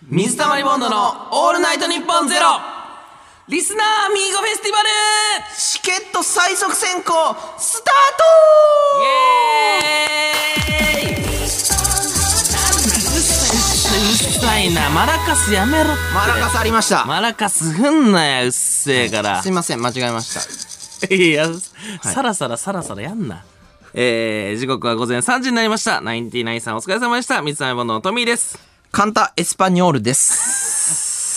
水溜りボンドのオールナイトニッポンゼロリスナーアミーゴフェスティバルチケット最速選考スタイエーイうるさいな、マラカスやめろって。 マラカスありました。 マラカスふんなや、うっせえから。 すいません、間違えました。 いや、さらさらやんな。時刻は午前3時になりました。ナインティナインさんお疲れ様でした。水溜りボンドのトミーです。 カンタエスパニョールです。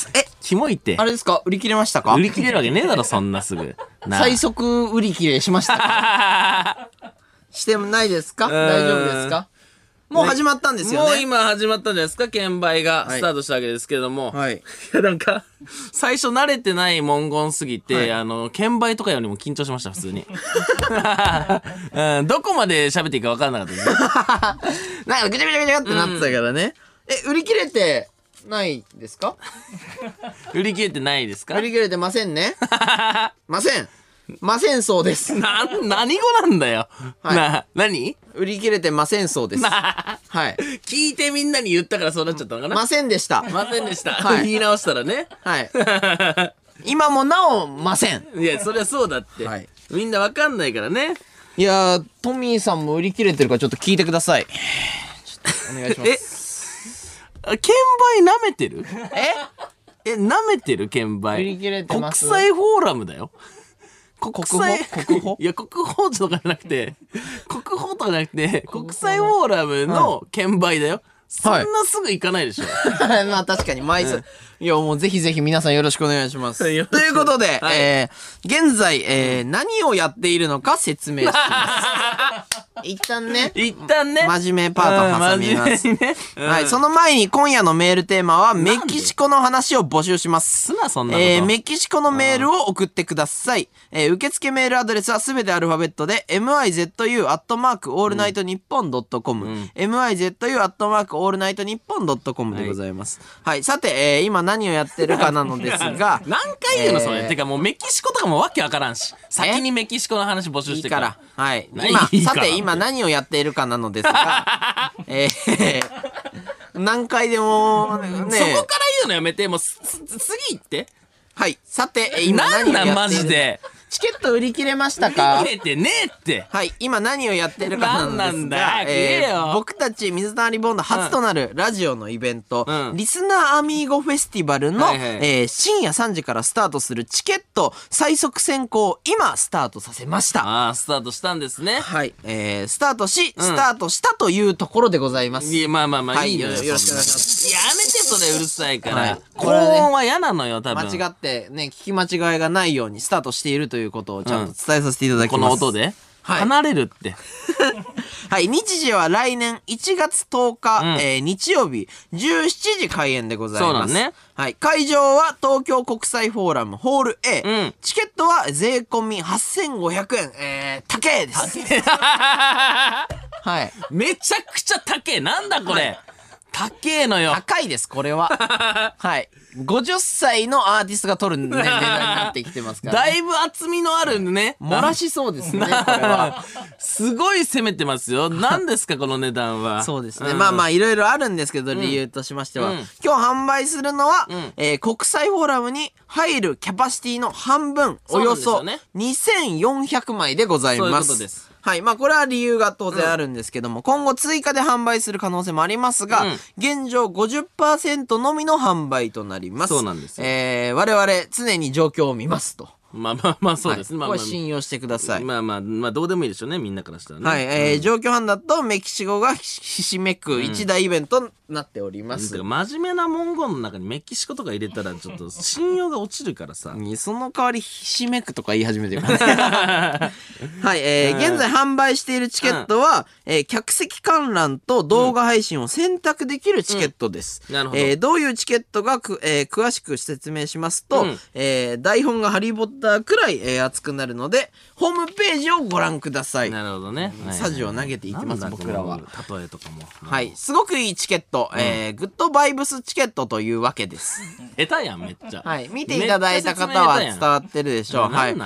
キモいって。 あれですか、売り切れましたか？ 売り切れるわけねえだろ、そんなすぐ。 最速売り切れしましたか？してもないですか？大丈夫ですか？もう始まったんですよね。 もう今始まったんじゃないですか。券売がスタートしたわけですけども。 はい。 いや、なんか、最初慣れてない文言すぎて、券売とかよりも緊張しました、普通に。どこまで喋っていいか分からなかったですね。 なんかぐちゃぐちゃぐちゃってなってたからね。売り切れてないですか？ 売り切れてないですか？ 売り切れてませんね。ませんそうです。 何語なんだよ。何？ 売り切れてませんそうです。はい。 聞いてみんなに言ったからそうなっちゃったのかな？ ませんでした。 ませんでした。 はい、 言い直したらね。 はい。今もなおません。 いや、そりゃそうだって。はい、みんなわかんないからね。 いやー、トミーさんも売り切れてるからちょっと聞いてください。ちょっとお願いします。 券売舐めてる？舐めてる券売。 売り切れてます。 国際フォーラムだよ。 国宝いや、国宝とかじゃなくて、国際フォーラムの券売だよ。そんなすぐ行かないでしょ。 まあ確かに枚数。いや、もうぜひぜひ皆さんよろしくお願いします。ということで、現在、何をやっているのか説明します。一旦ね。真面目パート挟みます。はい。その前に今夜のメールテーマはメキシコの話を募集します。メキシコのメールを送ってください。受付メールアドレスはすべてアルファベットで mizu@allnightnippon.com mizu@allnightnippon.com でございます。はい。さて、今何をやってるかなのですが。 何回言うのそれ。てかもうメキシコとかもわけわからんし。先にメキシコの話募集してから。 はい。今何をやっているかなのですが、何回でもね。 そこから言うのやめて、もう次行って。 はい。さて、今何をやっているマジで。 チケット売り切れましたか？ 売り切れてねえって。 はい。今何をやってるかなんですが、僕たち水溜りボンド初となるラジオのイベント、リスナーアミーゴフェスティバルの、深夜3時からスタートするチケット最速選考、今スタートさせました。 スタートしたんですね。 はい。スタートしたというところでございます。 いや、まあ、いいのよ。 よろしくお願いします。 やめて、それうるさいから。高音は嫌なのよ、多分。 間違ってね、聞き間違いがないようにスタートしているということをちゃんと伝えさせていただきます。 この音で離れるって。 はい、日時は来年1月10日、日曜日17時開演でございます。 そうなんね。 はい、会場は東京国際フォーラムホール A。チケットは税込み8500円。高えです。はい。 めちゃくちゃ高え。なんだこれ。高えのよ。 高いです、これは。はい。50歳のアーティストが取る値段になってきてますから、 ね。だいぶ厚みのあるね。 漏らしそうですね、これは。 すごい攻めてますよ。何ですか、この値段は。 そうですね。まあ、いろいろあるんですけど、理由としましては。今日販売するのは、国際フォーラムに入るキャパシティの半分、およそ2400枚でございます。 そういうことです。 はい。まあ、これは理由が当然あるんですけども、今後追加で販売する可能性もありますが、現状 50% のみの販売となります。 そうなんですよ。 我々常に状況を見ますと。 まあそうですね。 これ信用してください。 まあどうでもいいでしょうね、みんなからしたらね。 はい。状況判断とメキシコがひしめく一大イベントになっております。 真面目な文言の中にメキシコとか入れたらちょっと信用が落ちるからさ。 その代わりひしめくとか言い始めてるからね。はい。現在販売しているチケットは、客席観覧と動画配信を選択できるチケットです。 なるほど。 どういうチケットが詳しく説明しますと、台本がハリーポッターーくらい、熱くなるので、ホームページをご覧ください。 なるほどね。 サジを投げていきます、僕らは。 例えとかも。 はい。すごくいいチケット、グッドバイブスチケットというわけです。 下手やん、めっちゃ。 はい。見ていただいた方は伝わってるでしょう。はい。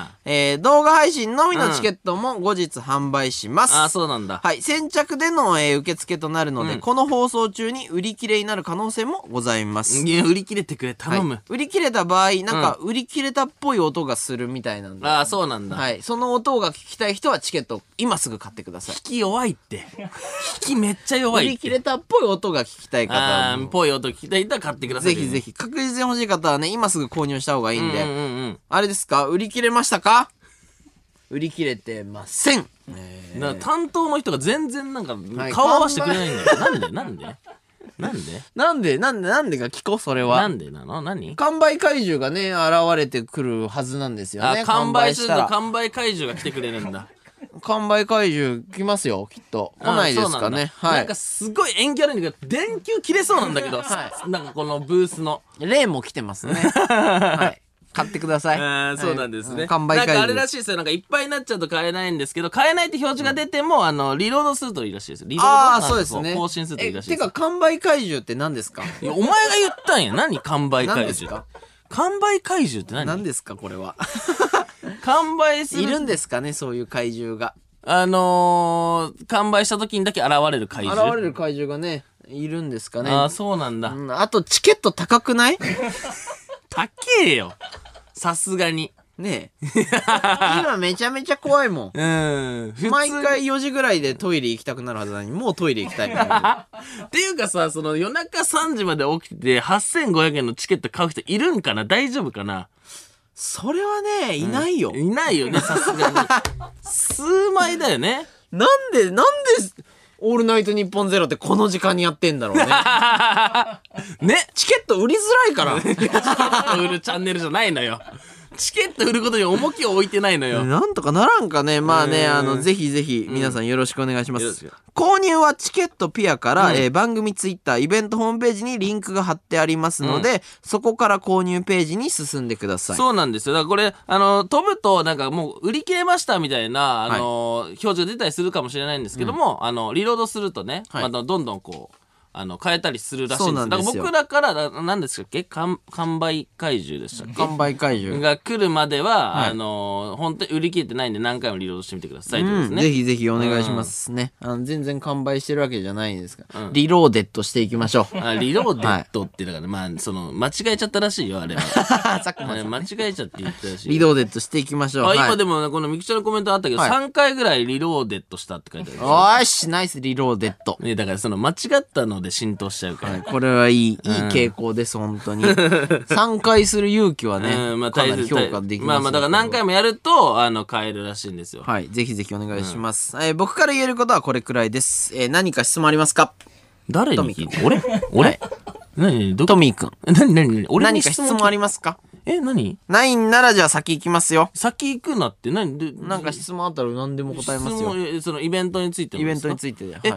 動画配信のみのチケットも後日販売します。 あ、そうなんだ。 はい。先着での、受付となるので、この放送中に売り切れになる可能性もございます。 いや、売り切れてくれ、頼む。 売り切れた場合、なんか、売り切れたっぽい音がするみたいなんで。 ああ、そうなんだ。 はい。その音が聞きたい人はチケット、今すぐ買ってください。 引き弱いって。引きめっちゃ弱いって。 売り切れたっぽい音が聞きたい方は。 ぽい音聞きたい人は買ってください。 ぜひぜひ。確実に欲しい方はね、今すぐ購入した方がいいんで。あれですか？売り切れましたか？売り切れてません。 担当の人が全然なんか、顔合わせてくれないんだよ。なんでが聞こう、それは。 なんでなの？何？ 完売怪獣がね、現れてくるはずなんですよね。 完売すると完売怪獣が来てくれるんだ。 完売怪獣来ますよ、きっと。来ないですかね。はい。 なんかすごい縁起悪いんだけど、電球切れそうなんだけど、なんかこのブースの。 例も来てますね。はい。買ってください。 そうなんですね。 完売怪獣。 なんかあれらしいですよ。なんかいっぱいになっちゃうと買えないんですけど、買えないって表示が出ても、リロードするといいらしいですよ。リロードああ、そうですね。 更新するといいらしいです。 てか、完売怪獣って何ですか？ いや、お前が言ったんや。何完売怪獣。完売怪獣って何ですか、これは。 完売する。 いるんですかね、そういう怪獣が。 完売した時にだけ現れる怪獣。 現れる怪獣がね、いるんですかね。 ああ、そうなんだ。 あと、チケット高くない？ 高えよ。さすがに。 ねえ。今めちゃめちゃ怖いもん。毎回4時ぐらいでトイレ行きたくなるはずなのに、もうトイレ行きたいみたいな。 っていうかさ、その夜中3時まで起きて8500円のチケット買う人いるんかな？大丈夫かな？ それはね、いないよ。 いないよね、さすがに。数枚だよね。 なんで、オールナイトニッポンゼロってこの時間にやってんだろうね。ね、チケット売りづらいから。 チケット売るチャンネルじゃないのよ。チケット売ることに重きを置いてないのよ。 なんとかならんかね。まあね、ぜひぜひ皆さんよろしくお願いします。購入はチケットピアから、番組ツイッター、イベントホームページにリンクが貼ってありますので、そこから購入ページに進んでください。 そうなんですよ。だからこれ、飛ぶとなんかもう売り切れましたみたいな、表示が出たりするかもしれないんですけども、リロードするとね、またどんどんこう、変えたりするらしいんです。だから僕らから、何ですかっけ？完売怪獣でしたっけ？ 完売怪獣が来るまでは、本当に売り切れてないんで何回もリロードしてみてください。ぜひぜひお願いしますね。全然完売してるわけじゃないんですから。リローデッドしていきましょう。 リローデッドってだから、まあ、間違えちゃったらしいよ、あれは。 さっき間違えちゃって言ったらしい。 リローデッドしていきましょう。 今でもこのミキちゃんのコメントあったけど、3回ぐらいリローデッドしたって書いてある。 おーし、ナイスリローデッド。 ね、だから間違ったので浸透しちゃうから。 これはいい傾向です、本当に。3回する勇気はね、かなり評価できます。 だから何回もやると、買えるらしいんですよ。 はい、ぜひぜひお願いします。僕から言えることはこれくらいです。何か質問ありますか？ 誰に聞いて？俺何？ トミーくん。何か質問ありますか？ 何？ ないんならじゃあ先行きますよ。 先行くなってなんか質問あったら何でも答えますよ。 そのイベントについてイベントについてで。はい。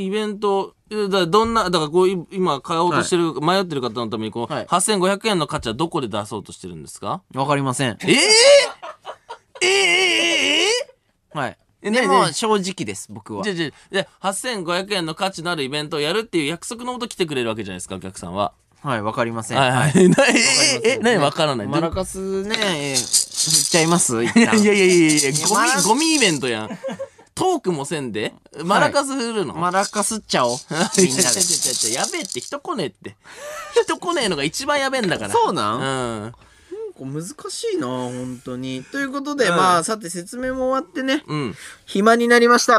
イベント、だからこう今買おうとしてる、迷ってる方のために8500円の価値はどこで出そうとしてるんですか？ わかりません。はい。でも正直です、僕は。 8500円の価値のあるイベントをやるっていう約束のもと来てくれるわけじゃないですか、お客さんは。 はい、わかりません。 はい。何わからない。 マラカスね、言っちゃいます？ いや、ゴミイベントやん。トークもせんでマラカス振るの？ マラカスっちゃおう。みんなで。 やべえって人来ねえって。人来ねえのが一番やべえんだから。 そうなん？難しいな本当に。ということで、まあさて説明も終わってね、暇になりました。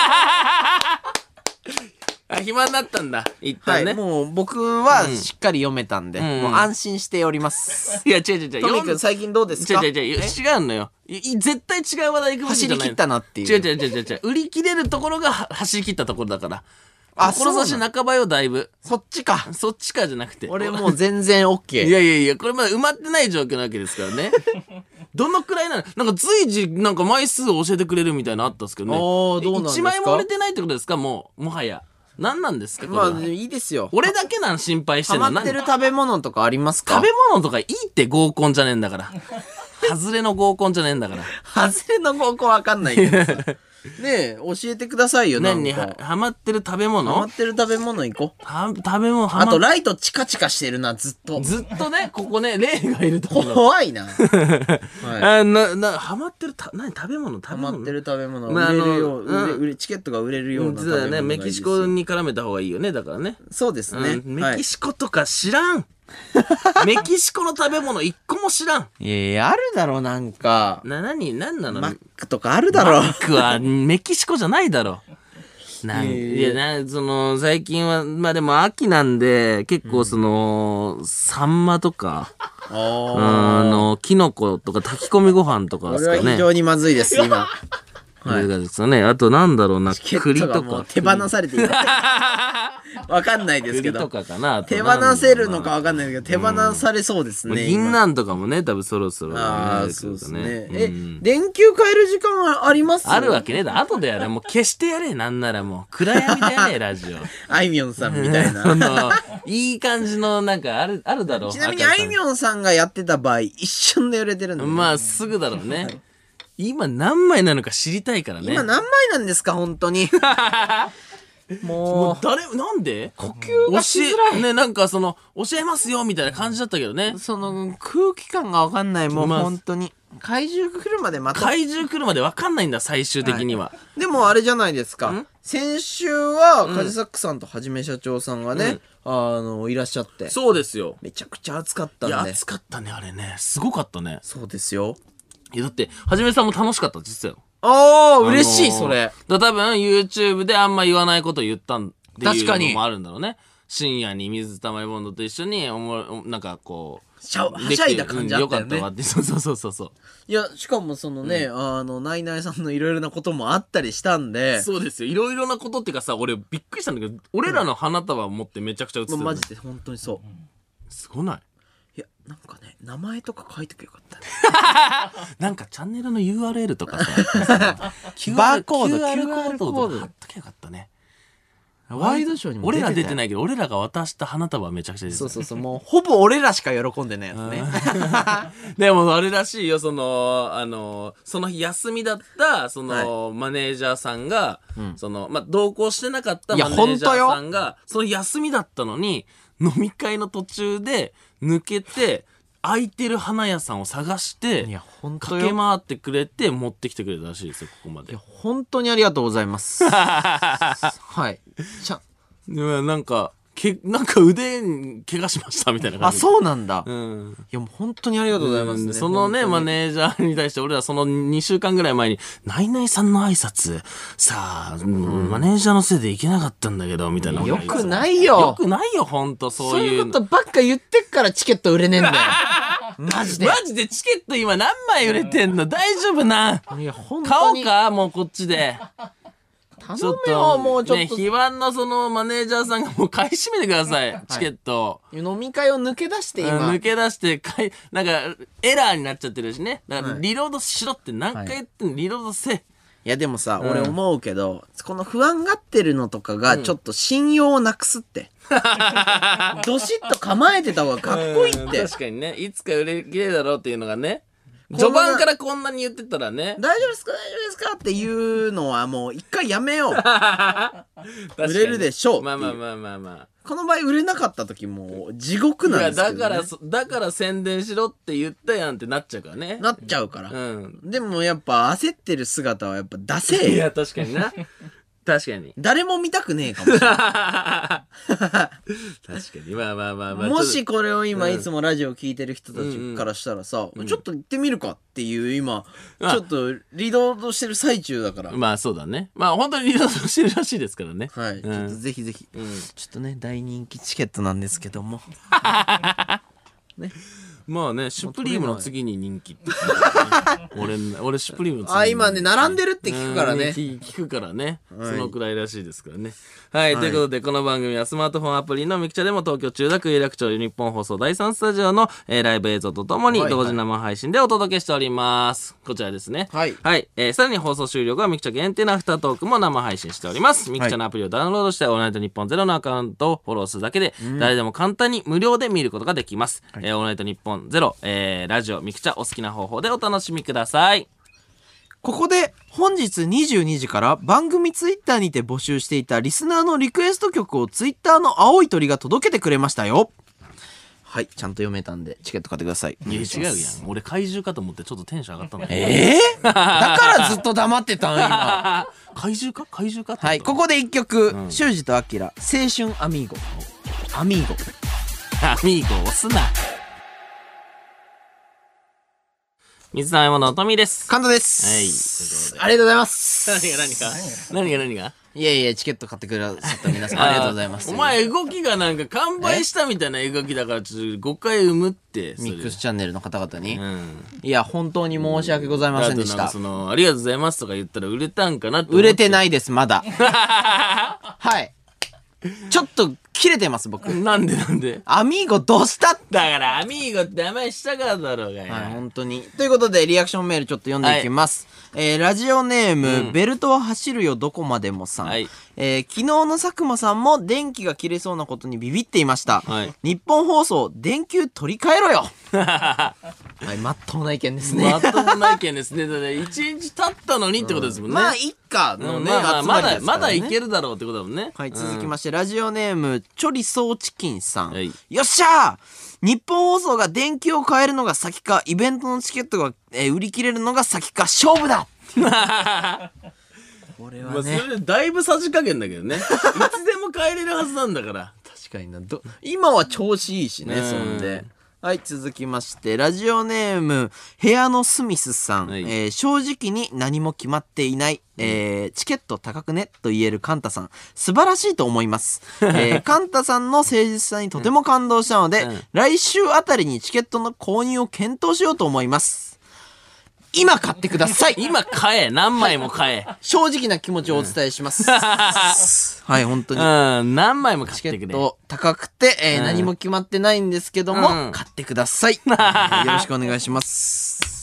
暇になったんだ一旦ね。 もう僕はしっかり読めたんで、もう安心しております。 いや違うトミーくん最近どうですか？ 違うのよ。絶対違う話題行くべきじゃない。 走り切ったなっていう。 違う売り切れるところが走り切ったところだから。志半ばよ、だいぶ。 そっちかじゃなくて。 俺もう全然 OK。 いや、これまだ埋まってない状況なわけですからね。どのくらいなの？なんか随時、なんか枚数を教えてくれるみたいなのあったんですけどね。 どうなんですか？ 1枚も売れてないってことですか？もはや。何なんですか？ まあ、いいですよ。 俺だけ心配してるの。 ハマってる食べ物とかありますか？ 食べ物とかいいって合コンじゃねえんだから。 外れの合コンじゃねえんだから。 外れの合コンわかんないけどさ。ねえ、教えてくださいよ、 何にハマってる食べ物？ ハマってる食べ物行こう。 食べ物あと、ライトチカチカしてるな、ずっと。 ずっとね、ここね、霊がいるところ。 怖いな。はい、 ハマってる、何食べ物ハマってる食べ物。売れるよう、チケットが売れるような食べ物。 そうだね、メキシコに絡めた方がいいよね、だからね。 そうですね。 メキシコとか知らん。メキシコの食べ物一個も知らん。 いや、あるだろ、なんか。 何なの？ マックとかあるだろ。 マックはメキシコじゃないだろ。いや、最近は、まあでも秋なんで、結構サンマとか、キノコとか炊き込みご飯とかですかね。 これは非常にまずいです、今。 はい、ですよね。あとなんだろうな、栗とか。 手放されている。わかんないですけど。 栗とかかな。 手放せるのかわかんないけど、手放されそうですね。 銀杏とかもね、多分そろそろ。 ああ、そうですね。電球変える時間あります？ あるわけねえだ。後でやれ。もう消してやれ。なんならもう。暗闇でやれ、ラジオ。 あいみょんさんみたいな。 いい感じの、なんかあるだろう。 ちなみにあいみょんさんがやってた場合、一瞬で売れてるんだ。 まあ、すぐだろうね。今何枚なのか知りたいからね。 今何枚なんですか、本当に。もうなんで呼吸がしづらい。 ね、なんか教えますよみたいな感じだったけどね。 空気感がわかんない、もう本当に。怪獣来るまで怪獣来るまでわかんないんだ、最終的には。 でもあれじゃないですか。先週は、カジサックさんとはじめ社長さんがね、いらっしゃって。 そうですよ。 めちゃくちゃ暑かったんで。 いや、暑かったね、あれね。すごかったね。 そうですよ。 いや、だって、はじめさんも楽しかった、実は。 ああ、嬉しい、それ。 多分、YouTube であんま言わないことを言ったんっていうのもあるんだろうね。深夜に水溜りボンドと一緒に、なんかこう、 はしゃいだ感じあったよね。 よかったわって。そう。 いや、しかもナイナイさんのいろいろなこともあったりしたんで。 そうですよ。いろいろなことっていうかさ、俺びっくりしたんだけど、俺らの花束を持ってめちゃくちゃ映ってる。 マジで、本当にそう。 すごない？ いや、なんかね、名前とか書いてくれよかったね。 なんかチャンネルの URL とかさ、 バーコード、 QR コード貼っときゃよかったね。 ワイドショーにも俺ら出てないけど、俺らが渡した花束はめちゃくちゃ出てた。そう、もうほぼ俺らしか喜んでないやつね。 でもあれらしいよ、その日休みだった、マネージャーさんが、同行してなかったマネージャーさんが、その休みだったのに、飲み会の途中で抜けて、空いてる花屋さんを探して駆け回ってくれて持ってきてくれたらしいですよ、ここまで。 いや、本当にありがとうございます。はい。 なんか腕怪我しましたみたいな感じ。 あ、そうなんだ。 いや、もう本当にありがとうございますね。 そのね、マネージャーに対して俺らその2週間ぐらい前に、ナイナイさんの挨拶、さあ、マネージャーのせいで行けなかったんだけど、みたいな。 よくないよ。 よくないよ、ほんと、そういう。 そういうことばっか言ってっからチケット売れねえんだよ。マジで。 マジでチケット今何枚売れてんの？大丈夫な？ いや、本当買おに。 うかもうこっちで。 頼むよ、もうちょっと。 ね、非番のマネージャーさんがもう買い占めてください、チケット。 飲み会を抜け出して今。 抜け出して、なんか、エラーになっちゃってるしね。だから、リロードしろって何回言ってんの、リロードせ。 いやでもさ、俺思うけど、この不安がってるのとかがちょっと信用をなくすって。どしっと構えてた方がかっこいいって。 確かにね、いつか売れ切れだろうっていうのがね。序盤からこんなに言ってたらね。 大丈夫ですかっていうのはもう一回やめよう。売れるでしょう。 まあ。 この場合売れなかった時も地獄なんですけど、ね。 いや、だから宣伝しろって言ったやんってなっちゃうからね。 なっちゃうから。でもやっぱ焦ってる姿はやっぱダセえ。 いや、確かにな。確かに。 誰も見たくねえかもしれない。 確かに。まあ。 もしこれを今いつもラジオ聞いてる人たちからしたらさ、ちょっと行ってみるかっていう今、ちょっとリロードしてる最中だから。 まあそうだね。まあ本当にリロードしてるらしいですからね。 はい。ちょっとぜひぜひ。ちょっとね、大人気チケットなんですけども。ね。 まあね、シュプリームの次に人気って。俺シュプリームの次に。 あ、今ね、並んでるって聞くからね。 聞くからね。そのくらいらしいですからね。はい、ということで、この番組はスマートフォンアプリのミクチャでも東京中田区有楽町日本放送第3スタジオのライブ映像とともに同時生配信でお届けしております。こちらですね。 はい。 さらに放送終了後はミクチャ限定のアフタートークも生配信しております。ミクチャのアプリをダウンロードして、オールナイトニッポンゼロのアカウントをフォローするだけで、誰でも簡単に無料で見ることができます。オールナイトニッポン 040、ラジオミクチャお好きな方法でお楽しみください。 ここで本日22時から番組ツイッターにて募集していたリスナーのリクエスト曲をツイッターの青い鳥が届けてくれましたよ。はい、ちゃんと読めたんでチケット買ってください。 いや違うやん、俺怪獣かと思ってちょっとテンション上がったの。 だからずっと黙ってたん今。 怪獣かはい、ここで一曲、修二とアキラ青春アミーゴ。アミーゴ押すな。水溜りボンドのトミーです。 神田です。はい、ありがとうございます。 何がいやいや、チケット買ってくださった皆さんありがとうございます。 お前動きがなんか完売したみたいな動きだからちょっと誤解生むって。 ミックスチャンネルの方々に、いや本当に申し訳ございませんでした。 ありがとうございますとか言ったら売れたんかなって。 売れてないですまだ。はい、ちょっと切れてます僕。 なんでアミーゴどうしただからアミーゴって名前したからだろうがよ。 はい、本当に。ということでリアクションメールちょっと読んでいきます。ラジオネーム、ベルトは走るよどこまでもさん。昨日の佐久間さんも電気が切れそうなことにビビっていました。日本放送電球取り替えろよ。はい、まっとうな意見ですね。 まっとうな意見ですね。だって1日経ったのにってことですもんね。 まあ一家のね、 まだいけるだろうってことだもんね。 はい、続きましてラジオネームチョリソーチキンさん。よっしゃー、日本放送が電球を変えるのが先か、イベントのチケットが、売り切れるのが先か、勝負だ。これはね、 それでだいぶさじ加減だけどね。いつでも変えれるはずなんだから。 確かにな。今は調子いいしね、そんで。はい、続きましてラジオネーム部屋のスミスさん。正直に何も決まっていない、チケット高くねと言えるカンタさん素晴らしいと思います。カンタさんの誠実さにとても感動したので、来週あたりにチケットの購入を検討しようと思います。今買ってください。 今買え、何枚も買え。 正直な気持ちをお伝えします。はい、本当に。 何枚も買ってくれ。 チケット高くて、何も決まってないんですけども、買ってください。よろしくお願いします。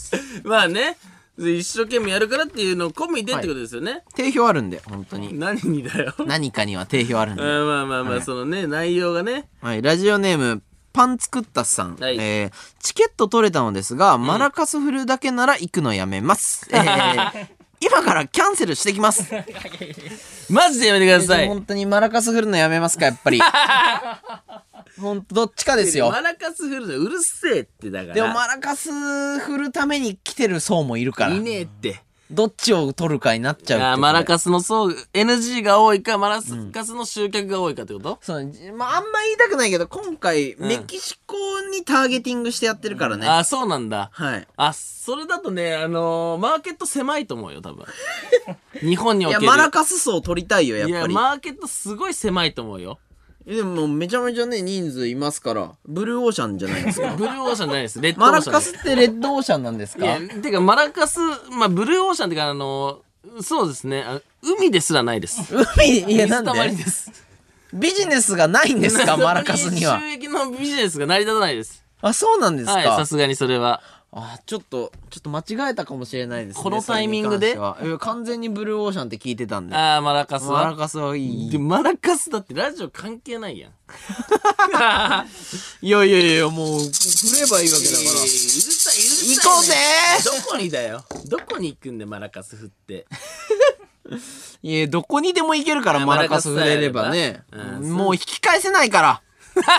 まあね、一生懸命やるからっていうの込みでってことですよね。 定評あるんで、本当に。 何にだよ。 何かには定評あるんで。 まあ、そのね、内容がね。 はい、ラジオネーム、パンツクッタさん。チケット取れたのですが、マラカス振るだけなら行くのやめます。今からキャンセルしてきます。 マジでやめてください。 本当にマラカス振るのやめますか、やっぱり。本当どっちかですよ。 マラカス振るのうるせえってだから。 でもマラカス振るために来てる層もいるから。 いねえって。 どっちを取るかになっちゃうって。 マラカスの層 NG が多いかマラカスの集客が多いかってこと、 そう、まああんま言いたくないけど今回、メキシコにターゲティングしてやってるからね。 あ、そうなんだ。 はい。 それだとね、マーケット狭いと思うよ多分。日本における。 いやマラカス層取りたいよやっぱり。 いやマーケットすごい狭いと思うよ。 でもめちゃめちゃね人数いますからブルーオーシャンじゃないですか。 ブルーオーシャンじゃないです。レッドオーシャン。 マラカスってレッドオーシャンなんですか。 いやてかマラカス、まあブルーオーシャンってかそうですね、海ですらないです。 海、いやなんで水たまりです。 ビジネスがないんですかマラカスには。 収益のビジネスが成り立たないです。 あ、そうなんですか。 はい、さすがにそれは。 あ、ちょっと間違えたかもしれないですね。 このタイミングで完全にブルーオーシャンって聞いてたんで。 ああ、マラカスは。 マラカスはいい。 で、マラカスだってラジオ関係ないやん。 いや、もう、振ればいいわけだから。うるさい、 行こうぜー。どこにだよ。どこに行くんでマラカス振って。 いや、どこにでも行けるからマラカス振れればね。もう引き返せないから。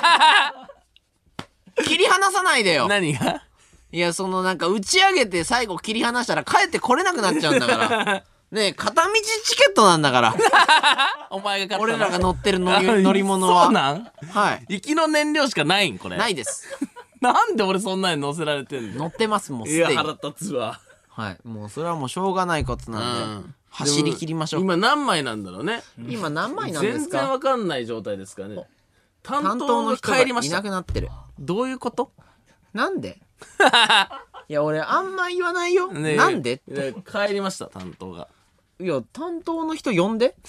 切り離さないでよ。 何が？ いや、なんか打ち上げて最後切り離したら帰ってこれなくなっちゃうんだから。ねえ、片道チケットなんだから。 お前が買ったの？ 俺らが乗ってる乗り物は。 そうなん？ はい。 行きの燃料しかないんこれ。 ないです。 なんで俺そんなに乗せられてんの？ 乗ってます、もうすでに。 いや、腹立つわ。 はい。もうそれはもうしょうがないことなんで、走り切りましょう。 今何枚なんだろうね。 今何枚なんですか？ 全然わかんない状態ですからね。 担当の人がいなくなってる。 どういうこと？ なんで？いや、俺あんま言わないよ。なんで？ 帰りました、担当が。 いや、担当の人呼んで。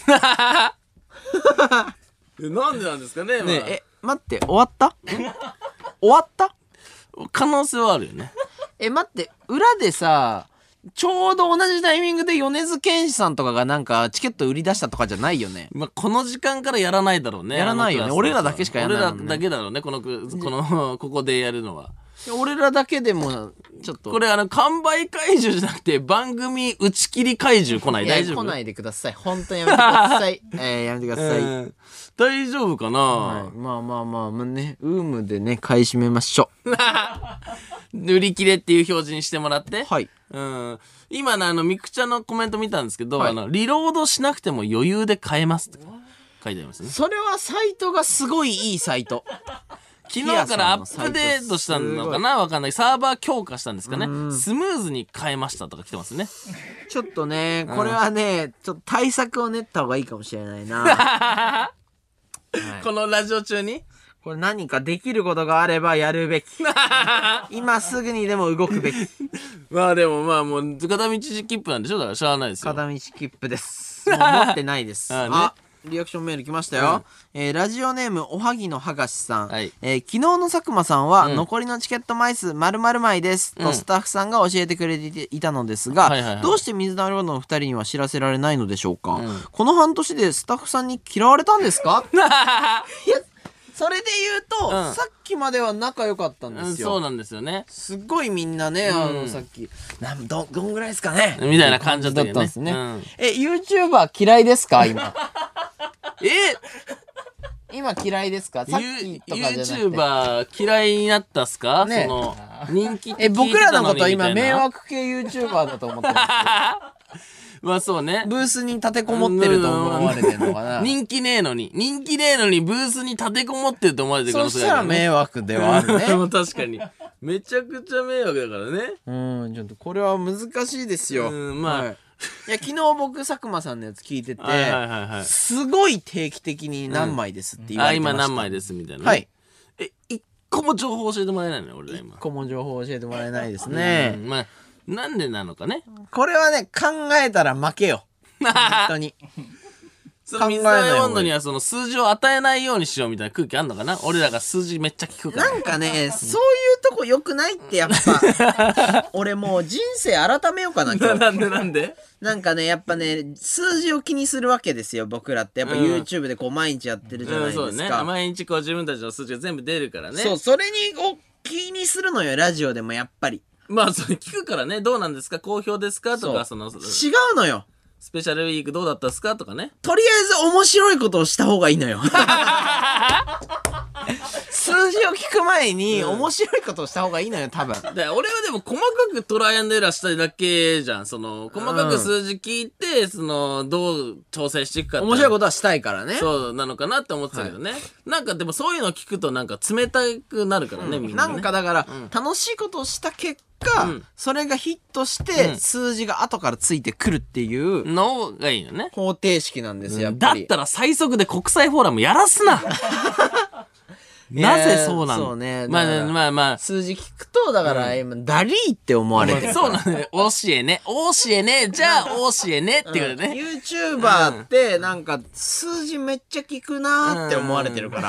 なんでなんですかね。 ね、待って、終わった？終わった？ 可能性はあるよね。 待って、裏でさ、ちょうど同じタイミングで米津玄師さんとかがなんかチケット売り出したとかじゃないよね。 まあ、この時間からやらないだろうね。 やらないよね。俺らだけしかやらないもんね。 俺らだけだろうね。ここでやるのは。 俺らだけでも、ちょっと。 これ完売怪獣じゃなくて、番組打ち切り怪獣来ない？大丈夫？ 来ないでください。本当にやめてください。やめてください。 大丈夫かな、 はい、まあね、ウームでね、買い占めましょう。 売り切れっていう表示にしてもらって。 はい。 今のミクチャのコメント見たんですけど、 はい、 リロードしなくても余裕で買えますって書いてありますね。 それはサイトがすごいいいサイト。 昨日からアップデートしたのかなわかんない。サーバー強化したんですかね。スムーズに買えましたとか来てますね。 ちょっとね、これはね、ちょっと対策を練った方がいいかもしれないな。はい、 このラジオ中にこれ何かできることがあればやるべき。今すぐにでも動くべき。 まあでももう片道切符なんでしょ。だからしゃあないですよ。 片道切符です。もう持ってないです。あ、リアクションメール来ましたよ。ラジオネームおはぎのはがしさん。はい、昨日の佐久間さんは、残りのチケット枚数〇〇枚です、とスタッフさんが教えてくれていたのですが、どうして水溜りボンドの2人には知らせられないのでしょうか。この半年でスタッフさんに嫌われたんですか？いや、それで言うと、さっきまでは仲良かったんですよ。 そうなんですよね。 すっごいみんなね、さっきどんぐらいですかねみたいな感じだったんですね。YouTuber 嫌いですか今？今嫌いですか？さっきとかじゃなくて YouTuber 嫌いになったっすか？ね、その人気僕らのことは今迷惑系 YouTuber だと思ってますまあそうね。 ブースに立てこもってると思われてるのかな。 人気ねえのにブースに立てこもってると思われてる可能性がある、ね。そしたら迷惑ではあるね。 確かに。めちゃくちゃ迷惑だからね。 ちょっとこれは難しいですよ。まあ。はい、いや昨日僕佐久間さんのやつ聞いてて、すごい定期的に何枚ですって言われてました。 今何枚ですみたいな、ね。 はい。 一個も情報教えてもらえないの俺ら今。 一個も情報教えてもらえないですね。 まあなんでなのかね。 これはね考えたら負けよ。本当に。 その水溜りボンドにはその数字を与えないようにしようみたいな空気あんのかな。俺らが数字めっちゃ聞くから。 なんかね、そういうとこ良くないってやっぱ。俺もう人生改めようかな今日。 なんでなんかねやっぱね数字を気にするわけですよ僕らって。やっぱ YouTube でこう毎日やってるじゃないですか。 そうね。毎日こう自分たちの数字が全部出るからね。 そう、それを気にするのよラジオでもやっぱり。 まあそれ聞くからね。どうなんですか好評ですかとか違うのよ。 スペシャルウィークどうだったっすかとかね。 とりあえず面白いことをした方がいいのよ。数字を聞く前に面白いことをした方がいいのよ多分。 俺はでも細かくトライアンドエラーしたいだけじゃん。その細かく数字聞いて、そのどう調整していくかって。 面白いことはしたいからね。 そうなのかなって思ってたけどね。なんかでもそういうの聞くとなんか冷たくなるからね、みんなね。 なんかだから、楽しいことをした結果、それがヒットして、数字が後からついてくるっていうのがいいよね。 方程式なんですよ、やっぱり。 だったら最速で国際フォーラムやらすな。なぜそうなの？ そうね。 まあ。 数字聞くと、だから、今、ダリーって思われてる。 そうなんだね。教えね。じゃあ教えねっていうね。 YouTuber って、なんか、数字めっちゃ聞くなーって思われてるから。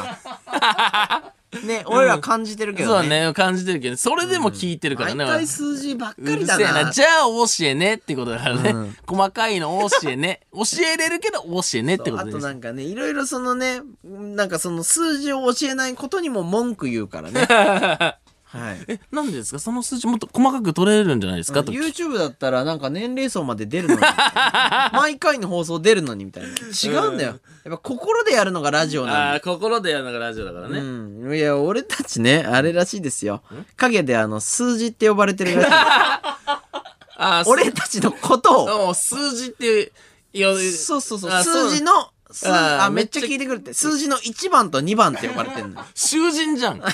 ね、俺ら感じてるけどね。 そうね、感じてるけど、それでも聞いてるからね。 毎回数字ばっかりだな。 じゃあ教えねってことだからね。細かいの教えね。教えれるけど教えねってことです。 あとなんかね、いろいろそのね、なんかその数字を教えないことにも文句言うからね。はい。 なんでですか？その数字もっと細かく取れるんじゃないですか？ YouTube だったらなんか年齢層まで出るのに。毎回の放送出るのにみたいな。違うんだよ。やっぱ心でやるのがラジオなんだ。 心でやるのがラジオだからね。 いや、俺たちね、あれらしいですよ。影で数字って呼ばれてるらしい。俺たちのことを。数字ってそう。数字の、めっちゃ聞いてくるって。数字の1番と2番って呼ばれてるの。 囚人じゃん。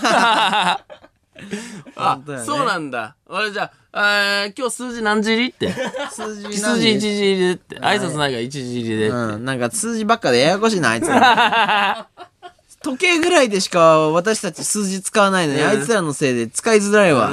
そうなんだ。俺じゃあ、今日数字何時入りって。数字1時入りでって。挨拶ないから1時入りでって。 なんか数字ばっかでややこしいな、あいつら。時計ぐらいでしか私たち数字使わないのに、あいつらのせいで使いづらいわ。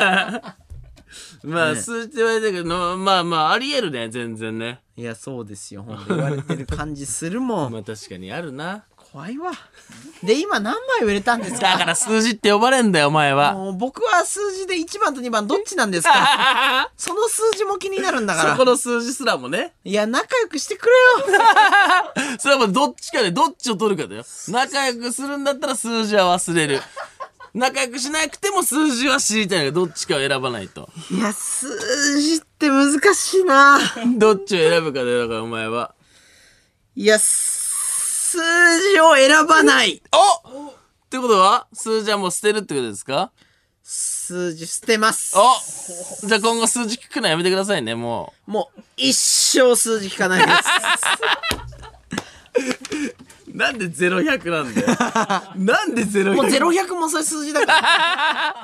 まあ、数字って言われてるけど、まあ、ありえるね、全然ね。 いや、そうですよ。ほんと言われてる感じするもん。 まあ、確かにあるな。 怖いわ。で、今何枚売れたんですか？ だから数字って呼ばれんだよ、お前は。 もう僕は数字で1番と2番どっちなんですか？その数字も気になるんだから。 そこの数字すらもね。 いや、仲良くしてくれよ。 それはもうどっちかで、どっちを取るかだよ。仲良くするんだったら数字は忘れる。 仲良くしなくても数字は知りたいの。どっちかを選ばないと。 いや、数字って難しいな。 どっちを選ぶかだよ、だからお前は。 いや、数字を選ばない。 おってことは数字はもう捨てるってことですか？ 数字捨てます。 じゃあ今後数字聞くのやめてくださいね、もう。もう、一生数字聞かないです。 なんで0100なんだよ。なんで0100？ もう0100もそれ数字だから。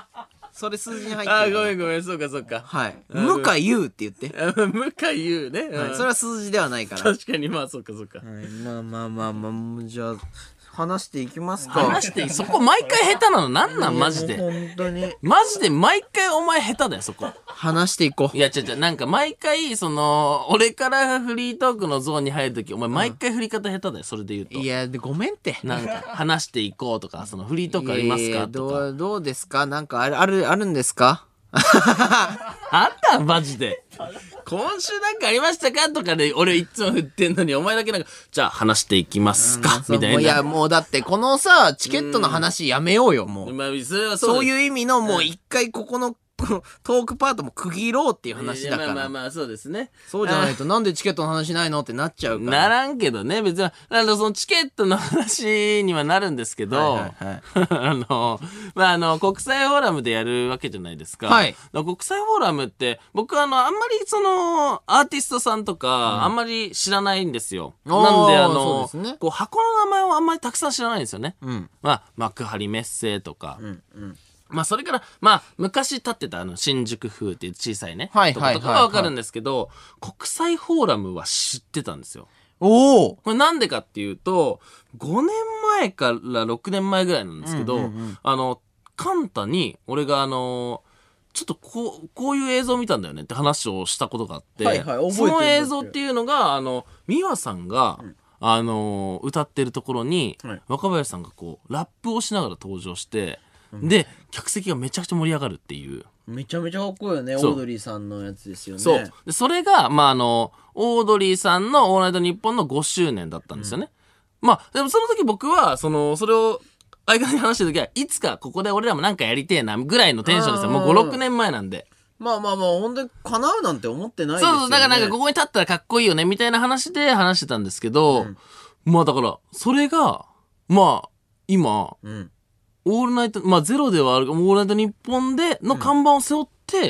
それ数字に入ってる。 ごめんごめん、そうかそうか。 はい。無か有って言って。 無か有ね。 はい。それは数字ではないから。 確かに、まあそうかそうか。 はい。まあ、じゃあ、話していきますか。 話していい？そこ毎回下手なのなんなんマジで。 本当に。 マジで毎回お前下手だよ、そこ。 話していこう。 いや、なんか毎回、俺からフリートークのゾーンに入るとき、お前毎回振り方下手だよ、それで言うと。 いや、ごめんって。 なんか、話していこうとか、フリートークありますかとか。 どうですか？なんかあるんですか？ あったマジで。今週なんかありましたかとかで、俺いつも振ってんのに、お前だけなんか、じゃあ話していきますかみたいな。 いや、もうだって、このさ、チケットの話やめようよ、もう。 まあ、それはそういう意味の、もう一回ここの、トークパートも区切ろうっていう話だから。 まあ、そうですね。 そうじゃないと、なんでチケットの話ないのってなっちゃうから。 ならんけどね、別に、そのチケットの話にはなるんですけど、国際フォーラムでやるわけじゃないですか。 はい。 国際フォーラムって、僕あんまりアーティストさんとか、あんまり知らないんですよ。なんでそうですね、 箱の名前をあんまりたくさん知らないんですよね。 うん。 まあ、幕張メッセとか、 うん。 まあそれから、まあ昔建ってた新宿風っていう小さいね、 はいとことかはわかるんですけど、国際フォーラムは知ってたんですよ。 おお。 これなんでかっていうと、5年前から6年前ぐらいなんですけど、カンタに俺がちょっとこういう映像見たんだよねって話をしたことがあって、 はいはい、覚えてる。 その映像っていうのが、美和さんが、歌ってるところに、若林さんがラップをしながら登場して、で、客席がめちゃくちゃ盛り上がるっていう。 めちゃめちゃかっこいいよね。オードリーさんのやつですよね。 そう。で、それが、まあ、オードリーさんのオールナイトニッポンの5周年だったんですよね。まあ、でもその時僕は、それを、相方に話した時は、いつかここで俺らもなんかやりてえな、ぐらいのテンションですよ。もう5、6年前なんで。 まあ、本当に叶うなんて思ってないですよね。 そう、だからなんかここに立ったらかっこいいよね、みたいな話で話してたんですけど、まあだから、それが、まあ、今、オールナイト、まあゼロではあるが、オールナイトニッポンでの看板を背負って、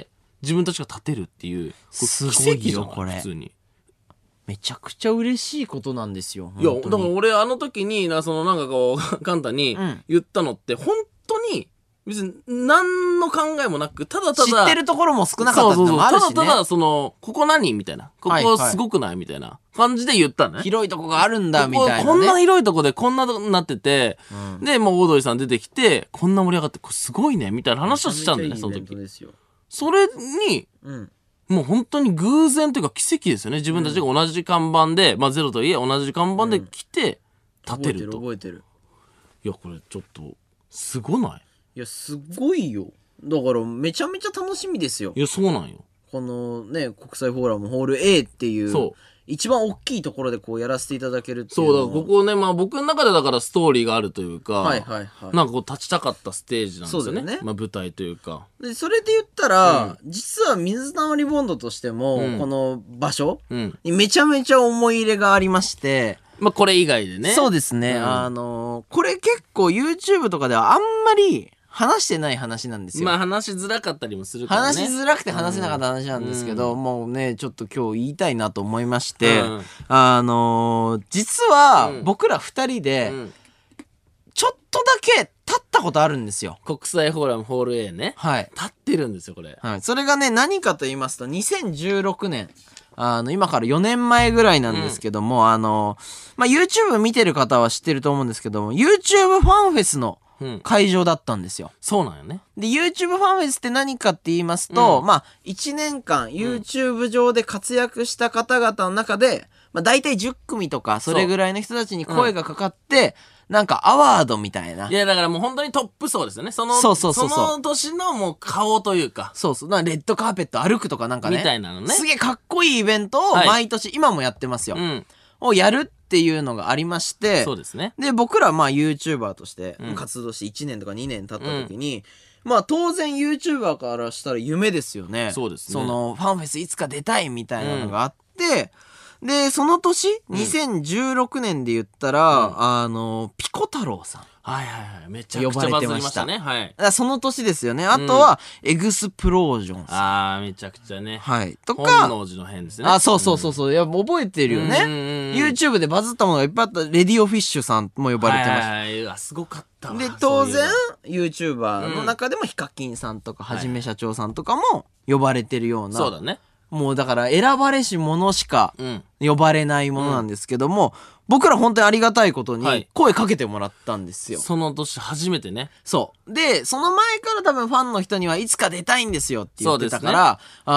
自分たちが立てるっていう。 すごいよ、これ。 普通に。 めちゃくちゃ嬉しいことなんですよ。 いや、だから俺あの時に、簡単に言ったのって、本当に、別に何の考えもなく、ただただ。 知ってるところも少なかったってのもあるしね。 ただここ何みたいな。ここすごくないみたいな感じで言ったね。 広いとこがあるんだ、みたいなね。 こんな広いとこでこんなとこになってて、で、もうオードリーさん出てきて、こんな盛り上がって、これすごいね、みたいな話をしたんだよね、その時。それに、もう本当に偶然というか奇跡ですよね。自分たちが同じ看板で、まあゼロとはいえ同じ看板で来て、立てると。 覚えてる。 いや、これちょっと、すごない？ いや、すごいよ。だから、めちゃめちゃ楽しみですよ。 いや、そうなんよ。 このね、国際フォーラムホール A っていう、一番大きいところでやらせていただけるっていう。 そうだ、ここね、まあ僕の中でだからストーリーがあるというか、なんか立ちたかったステージなんですよね。まあ舞台というか。 で、それで言ったら、実は水溜りボンドとしても、この場所にめちゃめちゃ思い入れがありまして、 まあこれ以外でね。 そうですね。これ結構 YouTube とかではあんまり、話してない話なんですよ。 まあ話しづらかったりもするからね。 話しづらくて話せなかった話なんですけど、もうね、ちょっと今日言いたいなと思いまして、実は僕ら二人で、ちょっとだけ立ったことあるんですよ。 国際フォーラムホール A ね。 はい。 立ってるんですよ、これ。 はい。それがね、何かと言いますと、2016年。今から4年前ぐらいなんですけども、まあ、YouTube 見てる方は知ってると思うんですけども、YouTube ファンフェスの会場だったんですよ。 そうなんよね。 で、YouTube ファンフェスって何かって言いますと、まあ、1年間 YouTube 上で活躍した方々の中で、まあ、大体10組とか、それぐらいの人たちに声がかかって、なんかアワードみたいな。 いや、だからもう本当にトップ層ですよね。その年のもう顔というか。 そうそう。レッドカーペット歩くとかなんかね。 みたいなのね。 すげえかっこいいイベントを毎年、今もやってますよ。をやるってっていうのがありまして、 そうですね。 で、僕らまあ YouTuber として活動して1年とか2年経った時に、まあ当然 YouTuber からしたら夢ですよね。 そうですね。 そのファンフェスいつか出たいみたいなのがあって、で、その年、2016年で言ったら、ピコ太郎さん。 はいはいはい。めちゃくちゃバズりましたね。はい。 その年ですよね。あとは、エグスプロージョンさん。 ああ、めちゃくちゃね。 はい。とか、 本能寺の変ですね。 あ、そうそうそうそう。いや、覚えてるよね。YouTube でバズったものがいっぱいあった、レディオフィッシュさんも呼ばれてました。 はいはい。すごかったわ。 で、当然、YouTuber の中でもヒカキンさんとか、はじめ社長さんとかも呼ばれてるような。 そうだね。 もうだから選ばれし者しか呼ばれないものなんですけども、僕ら本当にありがたいことに声かけてもらったんですよ。 その年初めてね。 そう。で、その前から多分ファンの人にはいつか出たいんですよって言ってたから、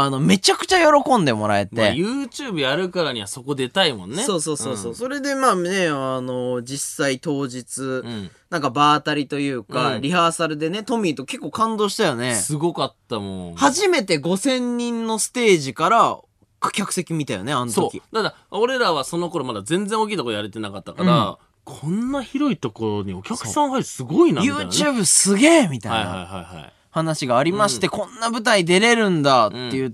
めちゃくちゃ喜んでもらえて。 YouTube やるからにはそこ出たいもんね。 そうそうそうそう。それでまあね、実際当日、なんか場当たりというか、リハーサルでね、トミーと結構感動したよね。 すごかったもん。 初めて5000人のステージから、客席見たよね、あの時。 そう。だから俺らはその頃まだ全然大きいとこやれてなかったから、こんな広いところにお客さん入るすごいなみたいな、ね。 YouTube すげえみたいな話がありまして、こんな舞台出れるんだって言って、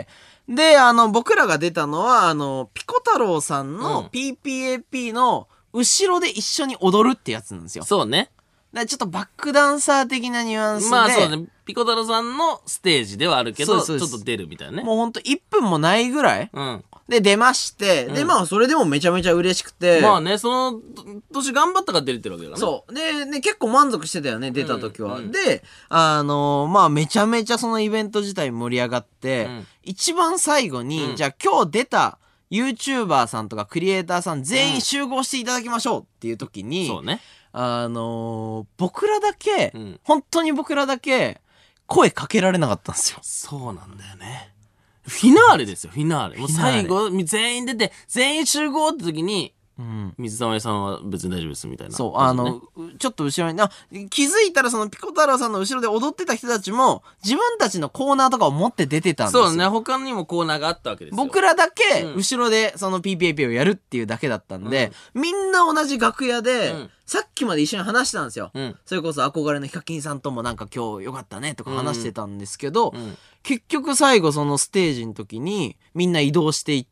で、僕らが出たのは、ピコ太郎さんの PPAP の後ろで一緒に踊るってやつなんですよ。 そうね。 ちょっとバックダンサー的なニュアンスで。 まあそうね。ピコ太郎さんのステージではあるけど、ちょっと出るみたいなね。 もうほんと1分もないぐらい、で出まして、でまあそれでもめちゃめちゃ嬉しくて。 まあね、その年頑張ったから出れてるわけだからね。 そう。で、ね、結構満足してたよね、出た時は。で、まあめちゃめちゃそのイベント自体盛り上がって、一番最後に、じゃあ今日出た、YouTuber さんとかクリエイターさん全員集合していただきましょうっていう時に、 そうね。 僕らだけ、本当に僕らだけ、声かけられなかったんですよ。 そうなんだよね。フィナーレですよ、フィナーレ。もう最後、全員出て、全員集合って時に、水溜りさんは別に大丈夫ですみたいな。 そう、ちょっと後ろに、気づいたらそのピコ太郎さんの後ろで踊ってた人たちも、自分たちのコーナーとかを持って出てたんですよ。 そうね、他にもコーナーがあったわけですよ。 僕らだけ、後ろでその PPAP をやるっていうだけだったんで、みんな同じ楽屋で、さっきまで一緒に話してたんですよ。それこそ憧れのヒカキンさんともなんか今日よかったねとか話してたんですけど、結局最後そのステージの時にみんな移動していって、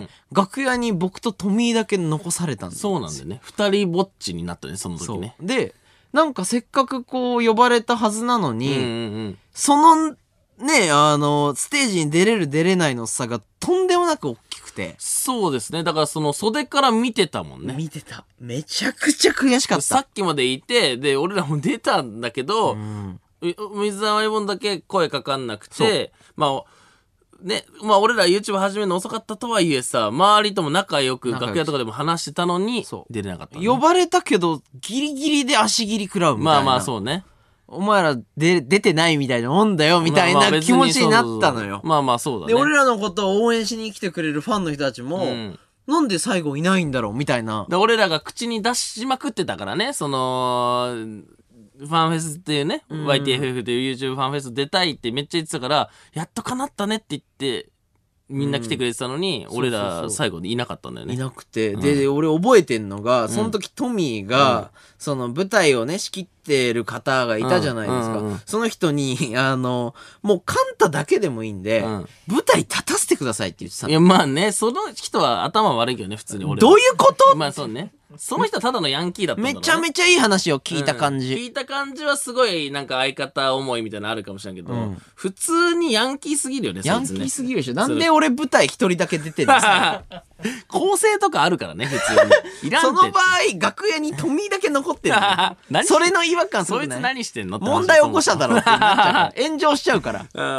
楽屋に僕とトミーだけ残されたんですよ。 そうなんだよね。二人ぼっちになったね、その時ね。 で、なんかせっかくこう呼ばれたはずなのに、そのね、ステージに出れる出れないの差がとんでもなく大きくて。 そうですね。だからその袖から見てたもんね。 見てた。めちゃくちゃ悔しかった。 さっきまでいて、で、俺らも出たんだけど、水溜りボンだけ声かかんなくて、まあ、ね、まあ俺ら YouTube 始めるの遅かったとはいえさ、周りとも仲良く楽屋とかでも話してたのに、出れなかった、ね。 呼ばれたけど、ギリギリで足切り食らうみたいな。 まあまあそうね。 お前ら出てないみたいなもんだよみたいな気持ちになったのよ。 まあまあそうだね。 で、俺らのことを応援しに来てくれるファンの人たちも、なんで最後いないんだろうみたいな。 で、俺らが口に出しまくってたからね、その、ファンフェスっていうね、YTFF という YouTube ファンフェス出たいってめっちゃ言ってたから、やっと叶ったねって言って、みんな来てくれてたのに、俺ら最後でいなかったんだよね。 いなくて。で、俺覚えてんのが、その時トミーが、その舞台をね、仕切ってる方がいたじゃないですか。その人に、もうカンタだけでもいいんで、舞台立たせてくださいって言ってたの。 いや、まあね、その人は頭悪いけどね、普通に俺。 どういうこと？ まあそうね。その人はただのヤンキーだったんだろうね。 めちゃめちゃいい話を聞いた感じ。 聞いた感じはすごいなんか相方思いみたいなのあるかもしれんけど、普通にヤンキーすぎるよね、 ヤンキーすぎるでしょ。なんで俺舞台一人だけ出てるんですか？ 構成とかあるからね、普通に。いらんって。 その場合、楽屋にトミーだけ残ってるの。それの違和感すごくない？ そいつ何してんの？ 問題起こしただろってなっちゃうから。炎上しちゃうから。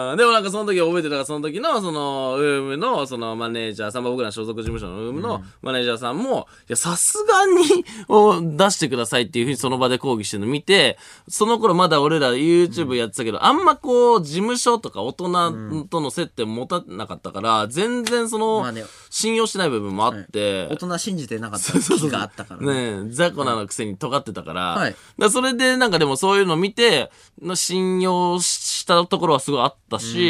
でもなんかその時覚えてたから、その時のその、ウームのそのマネージャーさん、僕ら所属事務所のウームのマネージャーさんも、いや、さすがに、出してくださいっていうふうにその場で抗議してるの見て、その頃まだ俺ら YouTube やってたけど、あんまこう、事務所とか大人との接点持たなかったから、全然その、信用してない部分もあって、 大人信じてなかった時があったからね。雑魚なのくせに尖ってたから、それでなんかでもそういうの見て、信用したところはすごいあったし、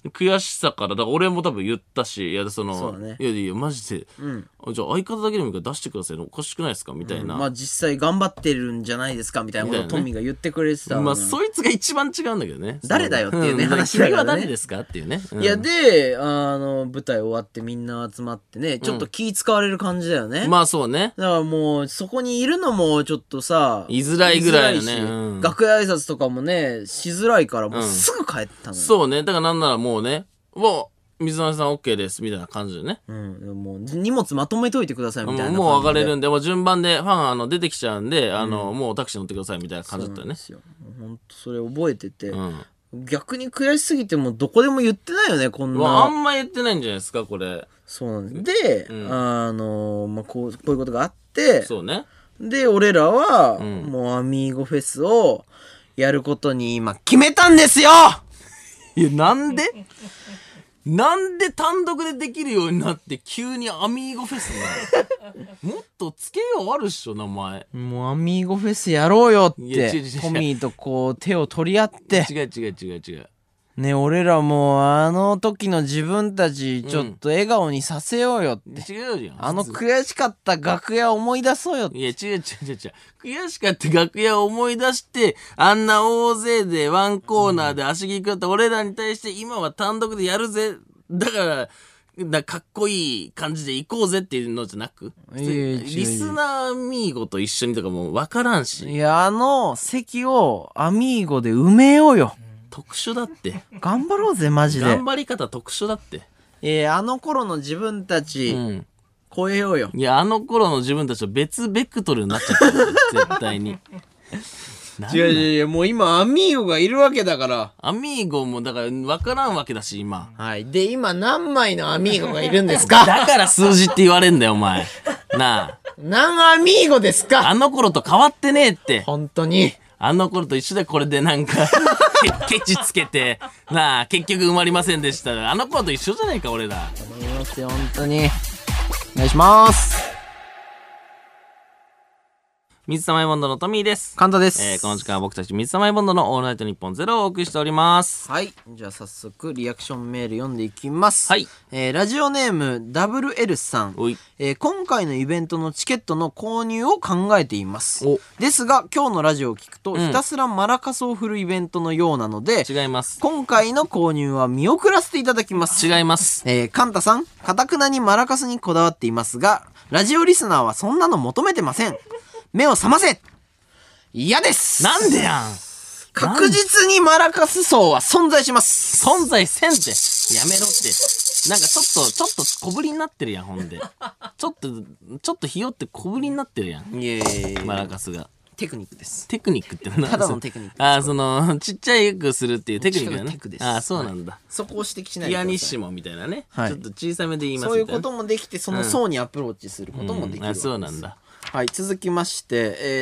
悔しさから、だから俺も多分言ったし、いや、 そうだねいやいや、マジで、じゃあ相方だけでもいいから出してくださいよ。おかしくないですかみたいな。 まあ実際頑張ってるんじゃないですかみたいなことをトミーが言ってくれてた。 まあそいつが一番違うんだけどね。 誰だよっていうね、話だからね。 君は誰ですかっていうね。 いや、で、舞台終わってみんな集まってね、ちょっと気使われる感じだよね。 まあそうね。 だからもう、そこにいるのもちょっとさ、 居づらいぐらいのね。 楽屋挨拶とかもね、しづらいから、もうすぐ帰ったのよ。 そうね。だからなんならもうね、水溜さん OK ですみたいな感じでね。 もう荷物まとめといてくださいみたいな感じで。 もう上がれるんで、もう順番でファン出てきちゃうんで、もうタクシー乗ってくださいみたいな感じだったよね。 ほんとそれ覚えてて、逆に悔しすぎてもどこでも言ってないよね、こんな。 あんま言ってないんじゃないですか、これ。 そうなんです。で、こういうことがあって、 そうね。 で、俺らは、もうアミーゴフェスをやることに今決めたんですよ。 いや、なんで単独でできるようになって急にアミーゴフェスなのもっとつけようあるっしょ、名前。 もうアミーゴフェスやろうよっていや違うトミーとこう手を取り合って違うね、俺らもうあの時の自分たちちょっと笑顔にさせようよって、 違うじゃん。 あの悔しかった楽屋を思い出そうよって。 いや違う悔しかった楽屋を思い出して、あんな大勢でワンコーナーで足切り食った俺らに対して今は単独でやるぜ、だからかっこいい感じで行こうぜっていうのじゃなく、リスナーアミーゴと一緒にとかも分からんし。 いや、あの席をアミーゴで埋めようよ。 特殊だって。 頑張ろうぜマジで。 頑張り方特殊だって。 あの頃の自分たち、超えようよ。 いや、あの頃の自分たちと別ベクトルになっちゃった絶対に。 違うもう今アミーゴがいるわけだから。 アミーゴもだから分からんわけだし今。 はい。で今何枚のアミーゴがいるんですか？ だから数字って言われんだよお前。なあ。 何アミーゴですか？ あの頃と変わってねえって。 本当に。 あの頃と一緒でこれでなんかケチつけてなあ結局埋まりませんでした。あの頃と一緒じゃないか俺ら。 頼みますよ本当に。お願いします。 水溜りボンドのトミーです。 カンタです。 この時間は僕たち水溜りボンドのオールナイトニッポンゼロをお送りしております。 はい。じゃあ早速リアクションメール読んでいきます。 はい。 ラジオネーム WL さん。今回のイベントのチケットの購入を考えています。ですが今日のラジオを聞くと、ひたすらマラカスを振るイベントのようなので、 違います。 今回の購入は見送らせていただきます。 違います。 カンタさん、堅くなにマラカスにこだわっていますが、ラジオリスナーはそんなの求めてません。目を覚ませ。嫌です。 なんでやん。 確実にマラカス層は存在します。 存在せんって。やめろって。なんかちょっと小ぶりになってるやん、ほんで。ちょっとひよって小ぶりになってるやん。 いやマラカスが。 テクニックです。 テクニックって何？ ただのテクニック。 ちっちゃいくするっていうテクニックだね。 テクです。 そうなんだ。 そこを指摘しないでください。 ピアニッシモみたいなね。ちょっと小さめで言いますみたいな。 そういうこともできて、その層にアプローチすることもできる。 そうなんだ。 はい、続きまして、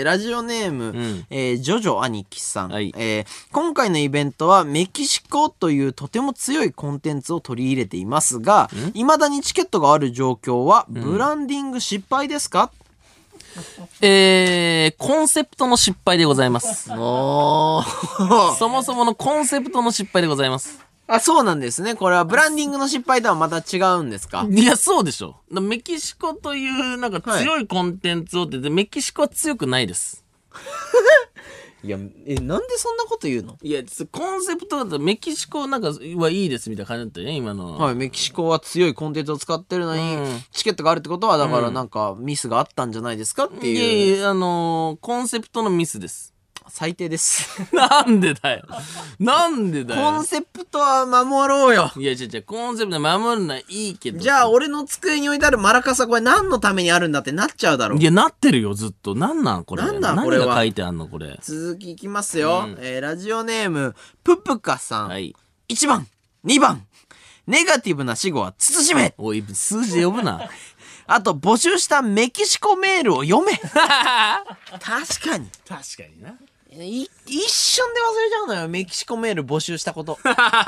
ラジオネーム、ジョジョ兄貴さん、今回のイベントはメキシコというとても強いコンテンツを取り入れていますが、未だにチケットがある状況は、ブランディング失敗ですか？ コンセプトの失敗でございます。そもそものコンセプトの失敗でございます。 あ、そうなんですね。これはブランディングの失敗とはまた違うんですか？ いや、そうでしょ。メキシコというなんか強いコンテンツをって、メキシコは強くないです。 いや、なんでそんなこと言うの？ いや、コンセプトだったらメキシコなんかはいいですみたいな感じだったよね、今の。 はい、メキシコは強いコンテンツを使ってるのに、チケットがあるってことは、だからなんかミスがあったんじゃないですかっていう。 いや、コンセプトのミスです。 最低です。 なんでだよ。コンセプトは守ろうよ。 いや、コンセプト守るのはいいけど。 じゃあ、俺の机に置いてあるマラカスはこれ何のためにあるんだってなっちゃうだろう。 いや、なってるよ、ずっと。なんなんこれ。 なんなんこれは。 何が書いてあんのこれ。 続きいきますよ。ラジオネーム、ププカさん。 はい。 1番、2番。ネガティブな死後は慎め。 おい、数字で呼ぶな。 あと、募集したメキシコメールを読め。確かにな。 一瞬で忘れちゃうのよ、メキシコメール募集したこと。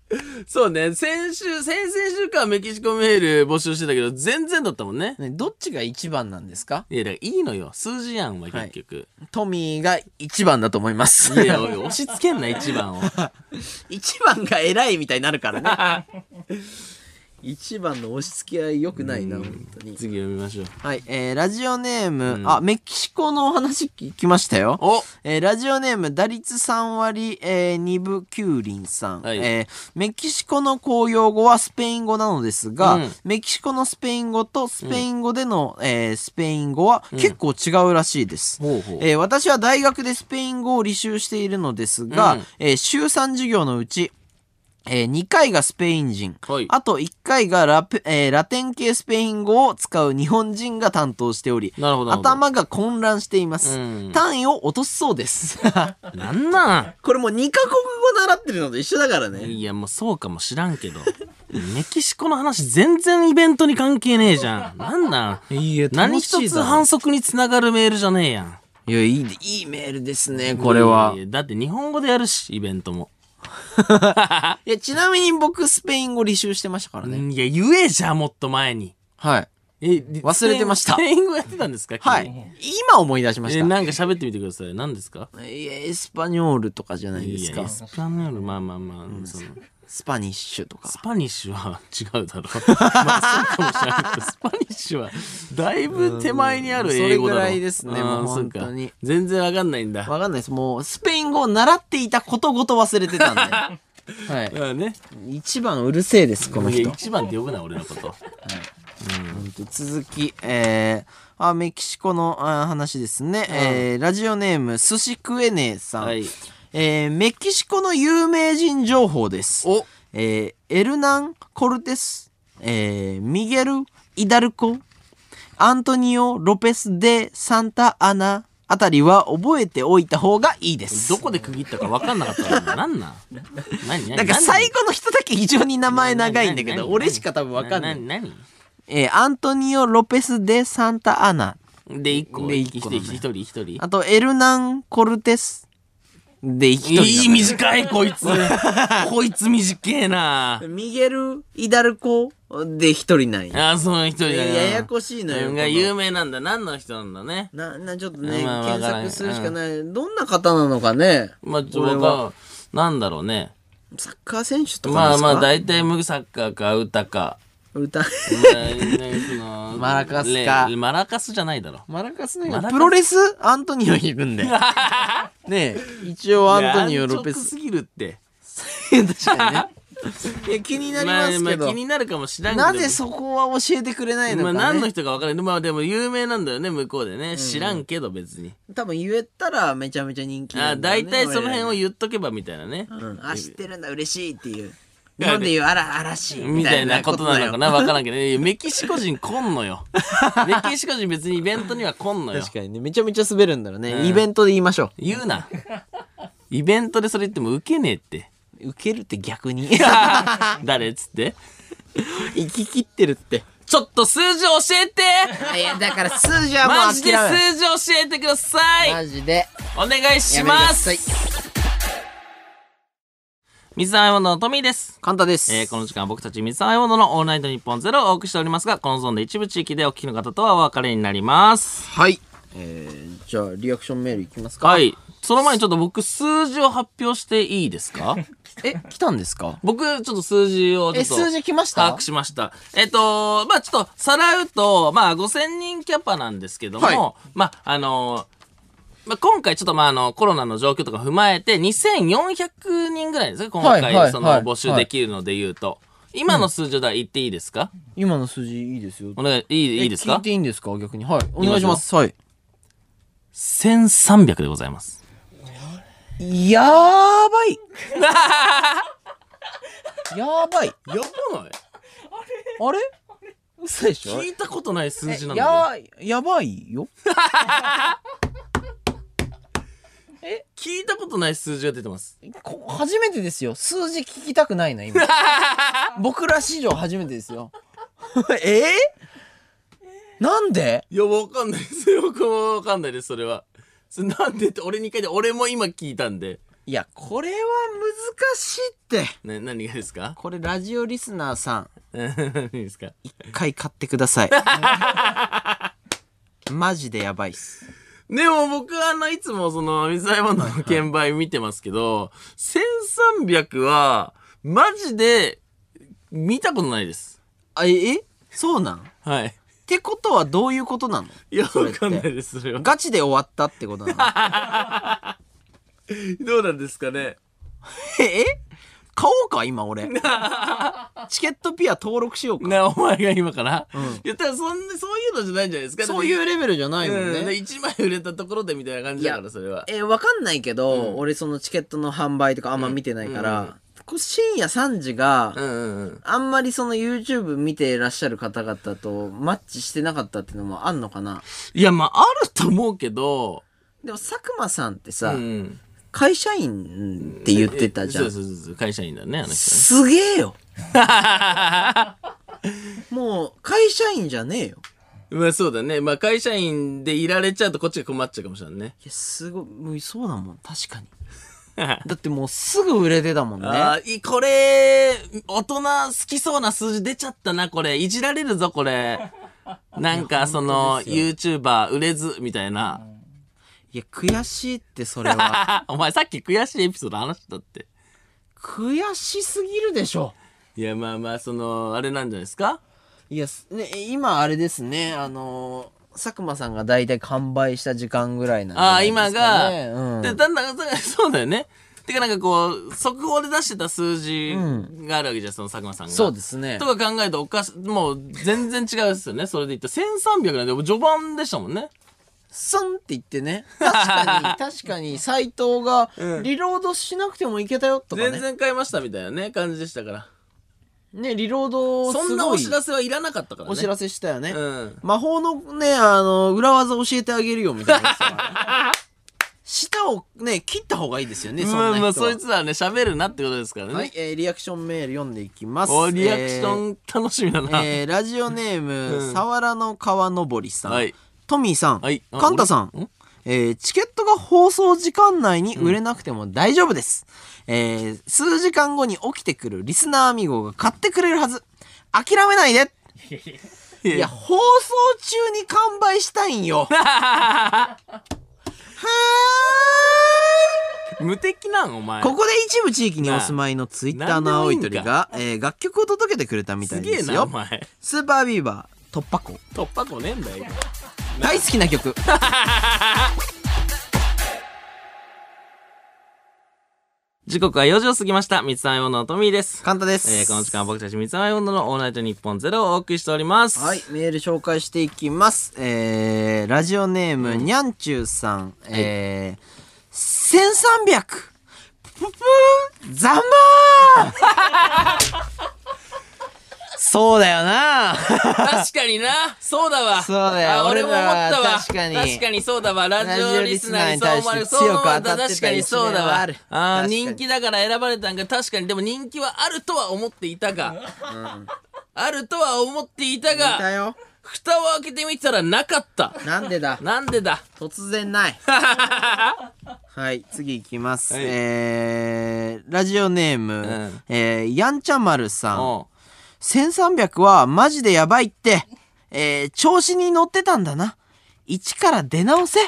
そうね、先々週間メキシコメール募集してたけど、全然だったもんね。 ね、どっちが一番なんですか？ いや、だからいいのよ。数字やんは結局。 トミーが一番だと思います。 いや、おい押し付けんな、一番を。 一番が偉いみたいになるからね。一番の押し付け合い良くないな、本当に。 次読みましょう。 はい、ラジオネーム、メキシコのお話聞きましたよ。ラジオネーム、打率3割、2分9厘さん、 はいメキシコの公用語はスペイン語なのですが、メキシコのスペイン語とスペイン語での、スペイン語は結構違うらしいです。私は大学でスペイン語を履修しているのですが、週3授業のうち、2回がスペイン人、あと1回がラテン系スペイン語を使う日本人が担当しており、頭が混乱しています。単位を落とすそうです。 なんなんこれもう2カ国語習ってるのと一緒だからね。 いや、もうそうかもしらんけど。メキシコの話全然イベントに関係ねえじゃん。なんなん何一つ反則につながるメールじゃねえやん。 いや、いいメールですね、これは。 だって日本語でやるし、イベントも。 いや、ちなみに僕スペイン語履修してましたからね。 いや、言えじゃん、もっと前に。 はい。忘れてました。 スペイン語やってたんですか？ はい。今思い出しました。 なんか喋ってみてください。何ですか？ エスパニョールとかじゃないですか。 エスパニョール、まあまあまあ、 スパニッシュとか。 スパニッシュは違うだろう。まあそうかもしれないけど、スパニッシュはだいぶ手前にある英語だろ。 それぐらいですね、もう本当に。 全然わかんないんだ。 わかんないです。もうスペイン語を習っていたことごと忘れてたんで。はい。 ね。 一番うるせえです、この人。 一番って呼ぶな、俺のこと。 続き、メキシコの話ですね。ラジオネーム、寿司食えねえさん。メキシコの有名人情報です。エルナン・コルテス、ミゲル・イダルコ、アントニオ・ロペス・デ・サンタ・アナあたりは覚えておいた方がいいです。 どこで区切ったか分かんなかったの。なんなんなんか最後の人だけ非常に名前長いんだけど、俺しか多分分かんない。 何アントニオ・ロペス・デ・サンタ・アナ。 で、一人。 あと、エルナン・コルテス。で、一人。 いい、短い、こいつ。こいつ短えな。 ミゲル・イダルコで一人ない。 あ、そう一人だよ。 ややこしいのよ。 が有名なんだ。何の人なんだね。 ちょっとね、検索するしかない。どんな方なのかね。 まあ、なんだろうね。 サッカー選手とかですか？ まあ、大体サッカーか歌か。マラカスか。マラカスじゃないだろ。 マラカスね。プロレスアントニオ行くんで。ねえ、一応アントニオ・ロペス。 すぎるって。 確かにね。いや、気になりますけど。 気になるかもしれないけど。なぜそこは教えてくれないのかね。 何の人か分からない。まあでも有名なんだよね、向こうでね。知らんけど別に。 多分言えたらめちゃめちゃ人気なんだよね。大体その辺を言っとけばみたいなね。 知ってるんだ、嬉しいっていう。日本で言う嵐みたいなことなのかな、分からんけどね。メキシコ人来んのよ。メキシコ人別にイベントには来んのよ。 確かにね、めちゃめちゃ滑るんだろうね。イベントで言いましょう。 言うな。イベントでそれ言ってもウケねえって。 ウケるって逆に。 誰っつって生き切ってるって。 ちょっと数字教えて。 いや、だから数字はもう諦め。 マジで数字教えてください。 マジで。 お願いします。水溜りボンドのトミーです。 カンタです。 この時間は僕たち水溜りボンドのオールナイトニッポンゼロをお送りしておりますが、このゾーンで一部地域でお聞きの方とはお別れになります。 はい。じゃあリアクションメールいきますか。 はい。その前にちょっと僕数字を発表していいですか？ 来たんですか？ 僕ちょっと数字を数字来ました？ 把握しました。まあちょっとさらうと、まあ5000人キャパなんですけども、はい、まあ今回ちょっとコロナの状況とか踏まえて2400人ぐらいですね、今回その募集できるので言うと。今の数字を言っていいですか？ 今の数字いいですよ。 お願い、いいですか？ 聞いていいんですか？逆に。はい。お願いします。はい。 1300でございます。 やーばい。やばい。 やばない？ あれ嘘でしょ？ 聞いたことない数字なんだよ。やばいよ。 聞いたことない数字が出てます。 初めてですよ。数字聞きたくないな、今。僕ら史上初めてですよ。なんで？ いや、わかんないですよ。僕もわかんないです、それは。なんでって俺に書いて、俺も今聞いたんで。 いや、これは難しいって。 何がですか？ これラジオリスナーさん。 何ですか？ 一回買ってください。マジでやばいっす。 でも僕いつもその水溜りボンドの券売見てますけど、1300はマジで見たことないです。 そうなん？ はい。 ってことはどういうことなの？ いや、わかんないです、それは。 ガチで終わったってことなの？ どうなんですかね。 買おうか今俺。チケットピア登録しようか。 お前が今から。いや、ただそういうのじゃないんじゃないですか。 そういうレベルじゃないもんね。 1枚売れたところでみたいな感じだから、それは。 わかんないけど、俺そのチケットの販売とかあんま見てないから、深夜3時が、あんまりその YouTube 見てらっしゃる方々とマッチしてなかったっていうのもあんのかな？ いや、まあ、あると思うけど。 でも、佐久間さんってさ、会社員って言ってたじゃん。 そう、会社員だね、あの人ね。 すげえよ。もう、会社員じゃねえよ。 まあそうだね。まあ会社員でいられちゃうとこっちが困っちゃうかもしれないね。 いや、すごい、そうだもん、確かに。だってもうすぐ売れてたもんね。 これ、大人好きそうな数字出ちゃったな、これ。いじられるぞ、これ。なんか、YouTuber 売れず、みたいな。 いや、悔しいって、それは。 お前さっき悔しいエピソード話したって。 悔しすぎるでしょ。 いや、まあまあ、あれなんじゃないですか？ いや、ね、今あれですね、佐久間さんが大体完売した時間ぐらいなんで、ね。 今が、で、だんだん、そうだよね。てかなんかこう、速報で出してた数字があるわけじゃん、その佐久間さんが。 そうですね。 とか考えるともう全然違うですよね。それで言ったら1300なんで、序盤でしたもんね。 スンって言ってね。確かに、サイトが、リロードしなくてもいけたよとかね。 全然買いましたみたいなね、感じでしたから。 ね、リロードそんなお知らせはいらなかったからね。 お知らせしたよね。魔法のね、裏技教えてあげるよみたいな。舌をね、切った方がいいですよね、そんな人は。 まあ、そいつはね、喋るなってことですからね。 はい、リアクションメール読んでいきます。 リアクション楽しみだな。 ラジオネーム、さわらの川登りさん。 はい。 トミーさん。はい。カンタさん。チケットが放送時間内に売れなくても大丈夫です。数時間後に起きてくるリスナーアミゴが買ってくれるはず。諦めないで。いや、放送中に完売したいんよ。はーい。無敵なんお前。 ここで一部地域にお住まいのツイッターの青い鳥が、楽曲を届けてくれたみたいですよ。 すげえなお前。 スーパービーバー突破口。 突破口ねえんだよ。 大好きな曲。 時刻は4時を過ぎました。三つ編み女のトミーです。 カンタです。 この時間は僕たち三つ編み女のオールナイトニッポンゼロをお送りしております。 はい、メール紹介していきます。ラジオネーム、にゃんちゅうさん。1300。ぷぷーざまーそうだよな。 確かにな。そうだわ。 そうだよ。 俺も思ったわ。 確かにそうだわ。ラジオリスナーにそう思われる。 強く当たってた確かにそうだわ。人気だから選ばれたんが確かに。でも人気はあるとは思っていたが。あるとは思っていたが。 いたよ。 蓋を開けてみたらなかった。 なんでだ突然ない。はい、次いきます。ラジオネーム、やんちゃまるさん。1300はマジでやばいって、調子に乗ってたんだな。一から出直せ。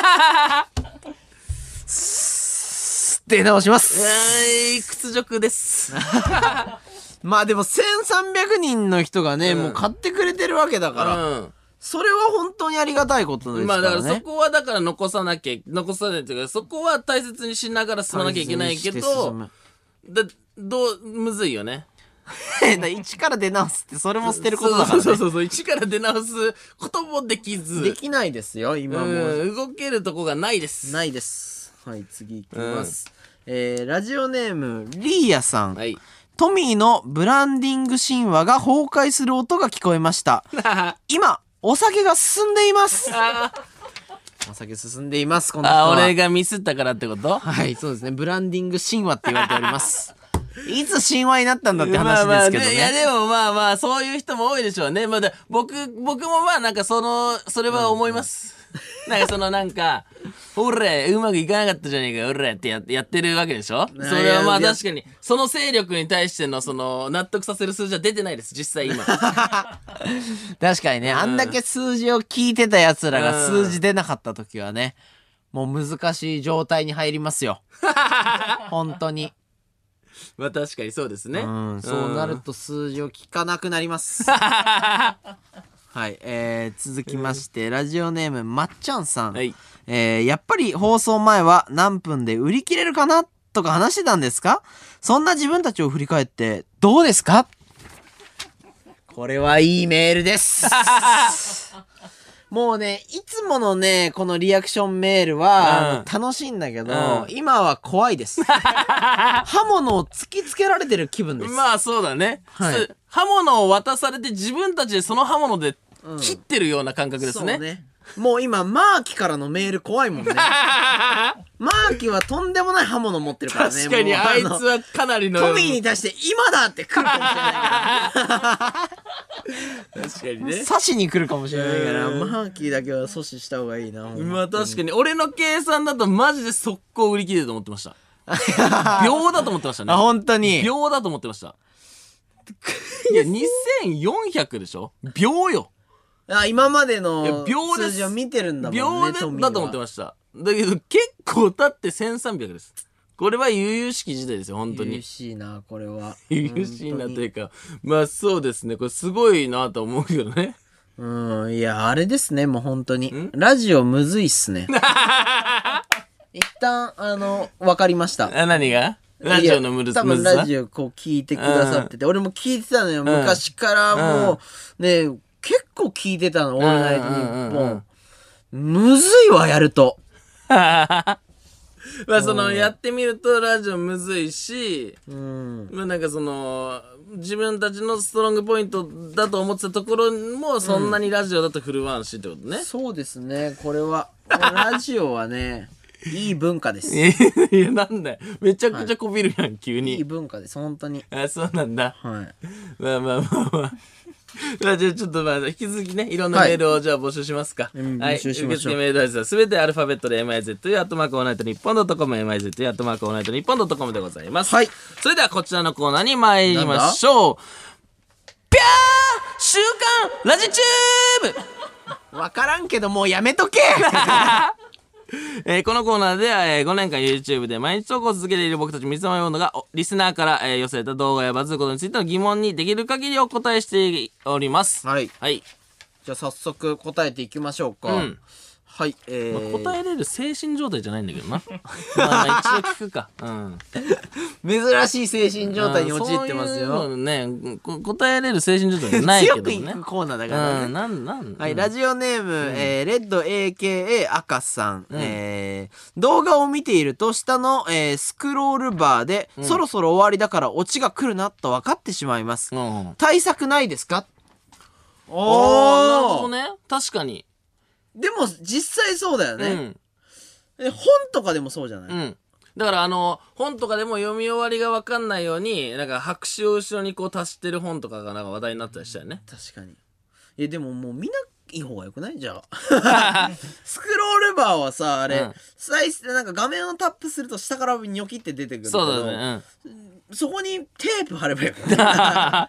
出直します。 屈辱です。 まあでも1300人の人がね、もう買ってくれてるわけだから、それは本当にありがたいことですからね。 まあだからそこはだから残さないというか、そこは大切にしながら進まなきゃいけないけど、むずいよね。 一から出直すってそれも捨てることだからね。 そう一から出直すこともできず。 できないですよ、今もう。 動けるとこがないです。 ないです。はい、次いきます。ラジオネーム、リーヤさん。はい。トミーのブランディング神話が崩壊する音が聞こえました。今、お酒が進んでいます。お酒進んでいます、この人は。 俺がミスったからってこと？ はい、そうですね。ブランディング神話って言われております。いつ神話になったんだって話ですけどね。 いやでもまあまあそういう人も多いでしょうね。まあ僕もまあなんかそれは思います。なんかほれうまくいかなかったじゃねえかほれってやってるわけでしょ。それはまあ確かにその勢力に対してのその納得させる数字は出てないです実際今。 確かにね、あんだけ数字を聞いてたやつらが数字出なかった時はね、もう難しい状態に入りますよ。本当に。 まあ確かにそうですね。 そうなると数字を聞かなくなります。はい、続きまして、ラジオネームまっちゃんさん、はい、やっぱり放送前は何分で売り切れるかなとか話してたんですか？そんな自分たちを振り返ってどうですか？これはいいメールです。もうね、いつものね、このリアクションメールは、楽しいんだけど、今は怖いです。刃物を突きつけられてる気分です。 まあそうだね。はい、刃物を渡されて自分たちでその刃物で切ってるような感覚ですね。そうね。 もう今、マーキからのメール怖いもんね。マーキはとんでもない刃物持ってるからね。 確かにあいつはかなりの。 トミーに対して今だって来るかもしれないから。 確かにね。 刺しに来るかもしれないから、マーキーだけは阻止した方がいいな。 まあ確かに。俺の計算だとマジで速攻売り切れると思ってました。秒だと思ってましたね。 あ、本当に。 秒だと思ってました。いや、2400でしょ？秒よ。 あ、今までの数字を見てるんだもんね。 秒だと思ってました。だけど結構経って1300です。これは悠々しき時代ですよ本当に。 悠々しいなこれは。 悠々しいなというか、まあそうですね、これすごいなと思うけどね。 いやあれですね、もう本当にラジオむずいっすね。一旦分かりました。 何が？ラジオのむずさ。 多分ラジオこう聞いてくださってて、俺も聞いてたのよ昔からもうね。結構聞いてたの、オールナイトニッポン。むずいわ、やると。 まあ、その、やってみると、ラジオむずいし、まあ、なんかその、自分たちのストロングポイントだと思ってたところも、そんなにラジオだと振るわんしってことね。 そうですね、これは。ラジオはね、いい文化です。 いや、なんだよ。めちゃくちゃこびるやん、急に。 いい文化です、本当に。 あ、そうなんだ。 はい。 まあまあまあまあ。じゃあちょっとまあ引き続きねいろんなメールをじゃあ募集しますか。はい、 募集しましょう。 受付メールアドレスはすべてアルファベットで MIZU@nippon.com MIZU@nippon.com でございます。はい。それではこちらのコーナーに参りましょう。ぴゃー週刊ラジチューブ。わからんけどもうやめとけ。 このコーナーでは、5年間 YouTube で毎日投稿を続けている僕たち水溜りボンドがリスナーから、寄せた動画やバズることについての疑問にできる限りお答えしております。 はい。 はい。 じゃあ早速答えていきましょうか。はい、 答えれる精神状態じゃないんだけどな。まあ一応聞くか。 珍しい精神状態に陥ってますよ。 そういうのね、答えれる精神状態じゃないけどね。 強くいくコーナーだからね。はい、ラジオネーム、レッド AKA 赤さん。動画を見ていると下の、スクロールバーで、そろそろ終わりだからオチが来るなと分かってしまいます。対策ないですか？ なるほどね。確かに。 でも実際そうだよね。本とかでもそうじゃない？ だから本とかでも読み終わりが分かんないようになんか白紙を後ろにこう足してる本とかがなんか話題になったりしたよね。 確かに。でももう見ない方がよくない？じゃあスクロールバーはさあれ、なんか画面をタップすると下からニョキって出てくるけど、 そうだね。 そこにテープ貼ればよくない？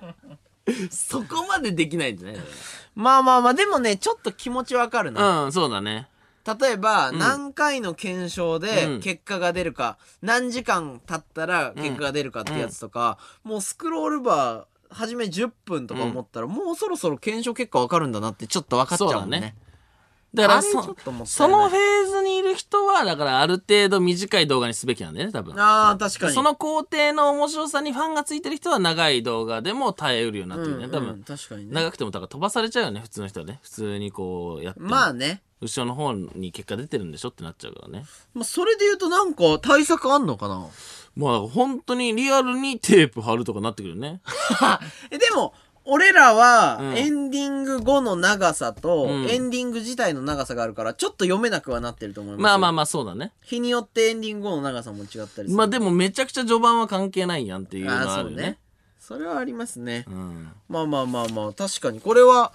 そこまでできないんじゃない？ まあでもねちょっと気持ちわかるな。 そうだね。 例えば、何回の検証で結果が出るか、何時間経ったら結果が出るかってやつとか、もうスクロールバー初め10分とか思ったら、もうそろそろ検証結果わかるんだなってちょっと分かっちゃうもんね。 だからそのフェーズにいる人はだからある程度短い動画にすべきなんだよね多分。 確かに。 その工程の面白さにファンがついてる人は長い動画でも耐えうるようになってるね多分。 確かにね。 長くてもだから飛ばされちゃうよね普通の人はね。普通にこうやってまあね後ろの方に結果出てるんでしょってなっちゃうからね。 それで言うとなんか対策あんのかな？ まあ本当にリアルにテープ貼るとかなってくるよね。 でも俺らはエンディング後の長さとエンディング自体の長さがあるからちょっと読めなくはなってると思いますよ。 まあそうだね。 日によってエンディング後の長さも違ったりする。 まあでもめちゃくちゃ序盤は関係ないやんっていうのはあるよね。 それはありますね。まあ確かにこれは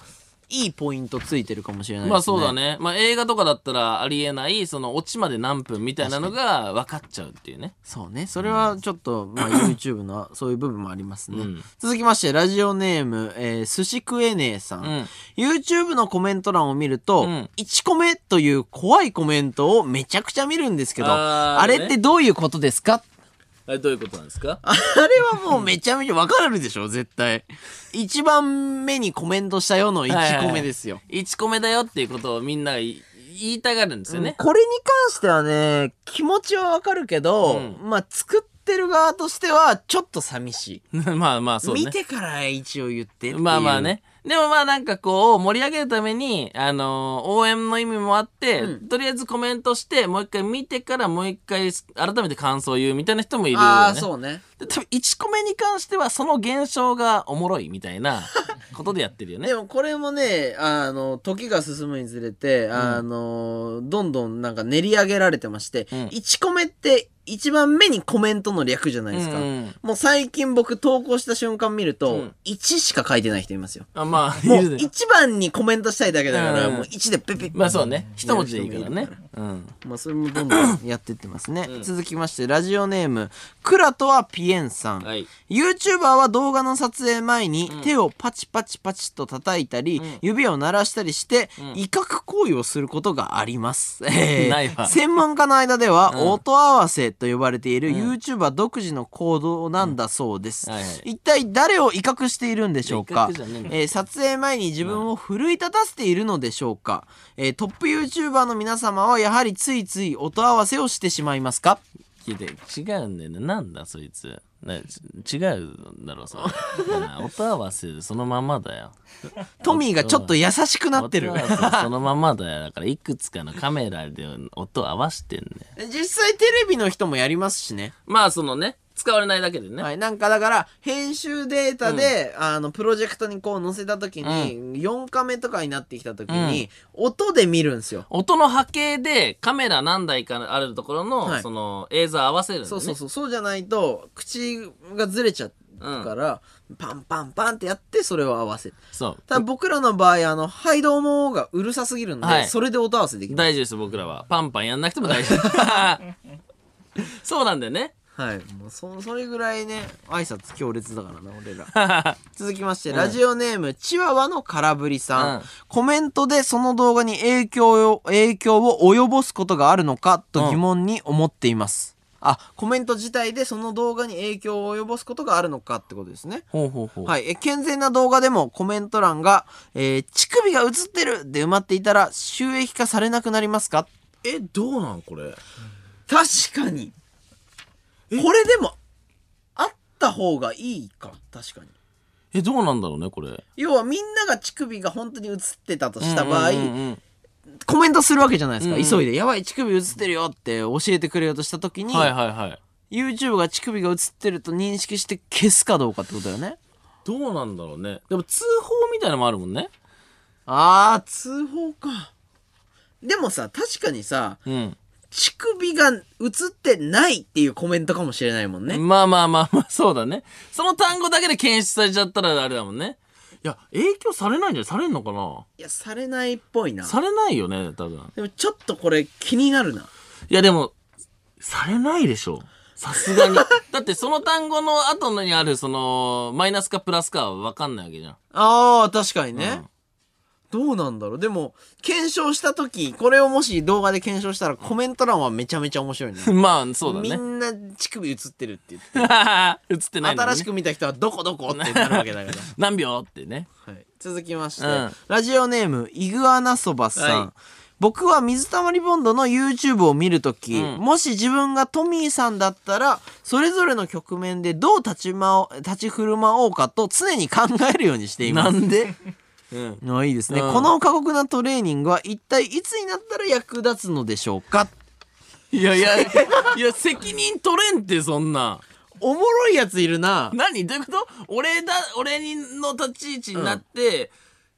いいポイントついてるかもしれないですね。 まあそうだね。まあ映画とかだったらありえないそのオチまで何分みたいなのが分かっちゃうっていうね。 そうね。それはちょっと、まあ YouTube のそういう部分もありますね。続きましてラジオネーム、寿司食えねえさん、YouTube のコメント欄を見ると、1コメという怖いコメントをめちゃくちゃ見るんですけど、あれってどういうことですか？ あれどういうことなんですか？ あれはもうめちゃめちゃわかるでしょ絶対。一番目にコメントしたよの1個目ですよ。 1個目だよっていうことをみんなが言いたがるんですよね。 これに関してはね、気持ちはわかるけど、まあ作ってる側としてはちょっと寂しい。 まあまあそうね。 見てから一応言ってっていう。 まあまあね。でもまあなんかこう盛り上げるために応援の意味もあって、とりあえずコメントしてもう一回見てからもう一回改めて感想を言うみたいな人もいるよね。 ああそうね。 で多分1個目に関してはその現象がおもろいみたいなことでやってるよね。 でもこれもね時が進むにつれてどんどんなんか練り上げられてまして、1個目って一番目にコメントの略じゃないですか。もう最近僕投稿した瞬間見ると、1しか書いてない人いますよ。 あ、まあ、 もう一番にコメントしたいだけだから、もう1でペピッ。 まあそうね。一文字でいいからね。 まあそれもどんどんやってってますね。続きまして、ラジオネーム、クラトはピエンさん。YouTuber は動画の撮影前に手をパチパチパチと叩いたり、指を鳴らしたりして、威嚇行為をすることがあります。専門家の間では、音合わせと呼ばれている YouTuber 独自の行動なんだそうです。一体誰を威嚇しているんでしょうか？撮影前に自分を奮い立たせているのでしょうか？トップ YouTuber の皆様はやはりついつい音合わせをしてしまいますか？ 違うんだよね。なんだそいつ。違うんだろうそれ。音合わせでそのままだよ。 トミーがちょっと優しくなってる。 音合わせそのままだよ。だからいくつかのカメラで音合わせてんね。 実際テレビの人もやりますしね。 まあそのね。使われないだけでね。 はい。なんかだから、編集データで、プロジェクトにこう載せた時に、4カメとかになってきた時に、音で見るんですよ。 音の波形でカメラ何台かあるところの、その映像合わせるんだよね。 そうじゃないと、口がずれちゃうから、パンパンパンってやってそれを合わせる。ただ僕らの場合、ハイドモがうるさすぎるんで、それで音合わせできます。 大丈夫です、僕らは。パンパンやんなくても大丈夫。そうなんだよね。 はい。もうそれぐらいね、挨拶強烈だからな、俺ら。続きまして、ラジオネーム、チワワの空振りさん。コメントでその動画に影響を及ぼすことがあるのかと疑問に思っています。コメント自体でその動画に影響を及ぼすことがあるのかってことですね。はい。健全な動画でもコメント欄が、乳首が映ってるで埋まっていたら収益化されなくなりますか？ どうなんこれ。 確かに。これでもあった方がいいか。確かに。どうなんだろうねこれ。 要はみんなが乳首が本当に映ってたとした場合、コメントするわけじゃないですか。急いでやばい乳首映ってるよって教えてくれようとした時に、YouTube が乳首が映ってると認識して消すかどうかってことだよね。 どうなんだろうね。でも通報みたいなのもあるもんね。 通報か。でもさ、確かにさ、乳首が映ってないっていうコメントかもしれないもんね。 まあ、そうだね。その単語だけで検出されちゃったらあれだもんね。いや、影響されないんじゃない？されんのかな？ いや、されないっぽいな。 されないよね、多分。 でもちょっとこれ気になるな。 いや、でも、されないでしょ。さすがに。だってその単語の後にある、マイナスかプラスかは分かんないわけじゃん。 確かにね。どうなんだろう。でも、検証したとき、これをもし動画で検証したらコメント欄はめちゃめちゃ面白いね。 まあ、そうだね。 みんな乳首映ってるって言って。 映ってないのね。 新しく見た人はどこってなるわけだから。 何秒ってね。 続きまして、ラジオネーム、イグアナそばさん。僕は水溜りボンドの YouTube を見るとき、もし自分がトミーさんだったら、それぞれの局面でどう立ち振る舞おうかと常に考えるようにしています。 なんでいいですね。この過酷なトレーニングは一体いつになったら役立つのでしょうか？ いや、責任取れんってそんな。 おもろいやついるな。 何どういうこと？俺の立ち位置になって、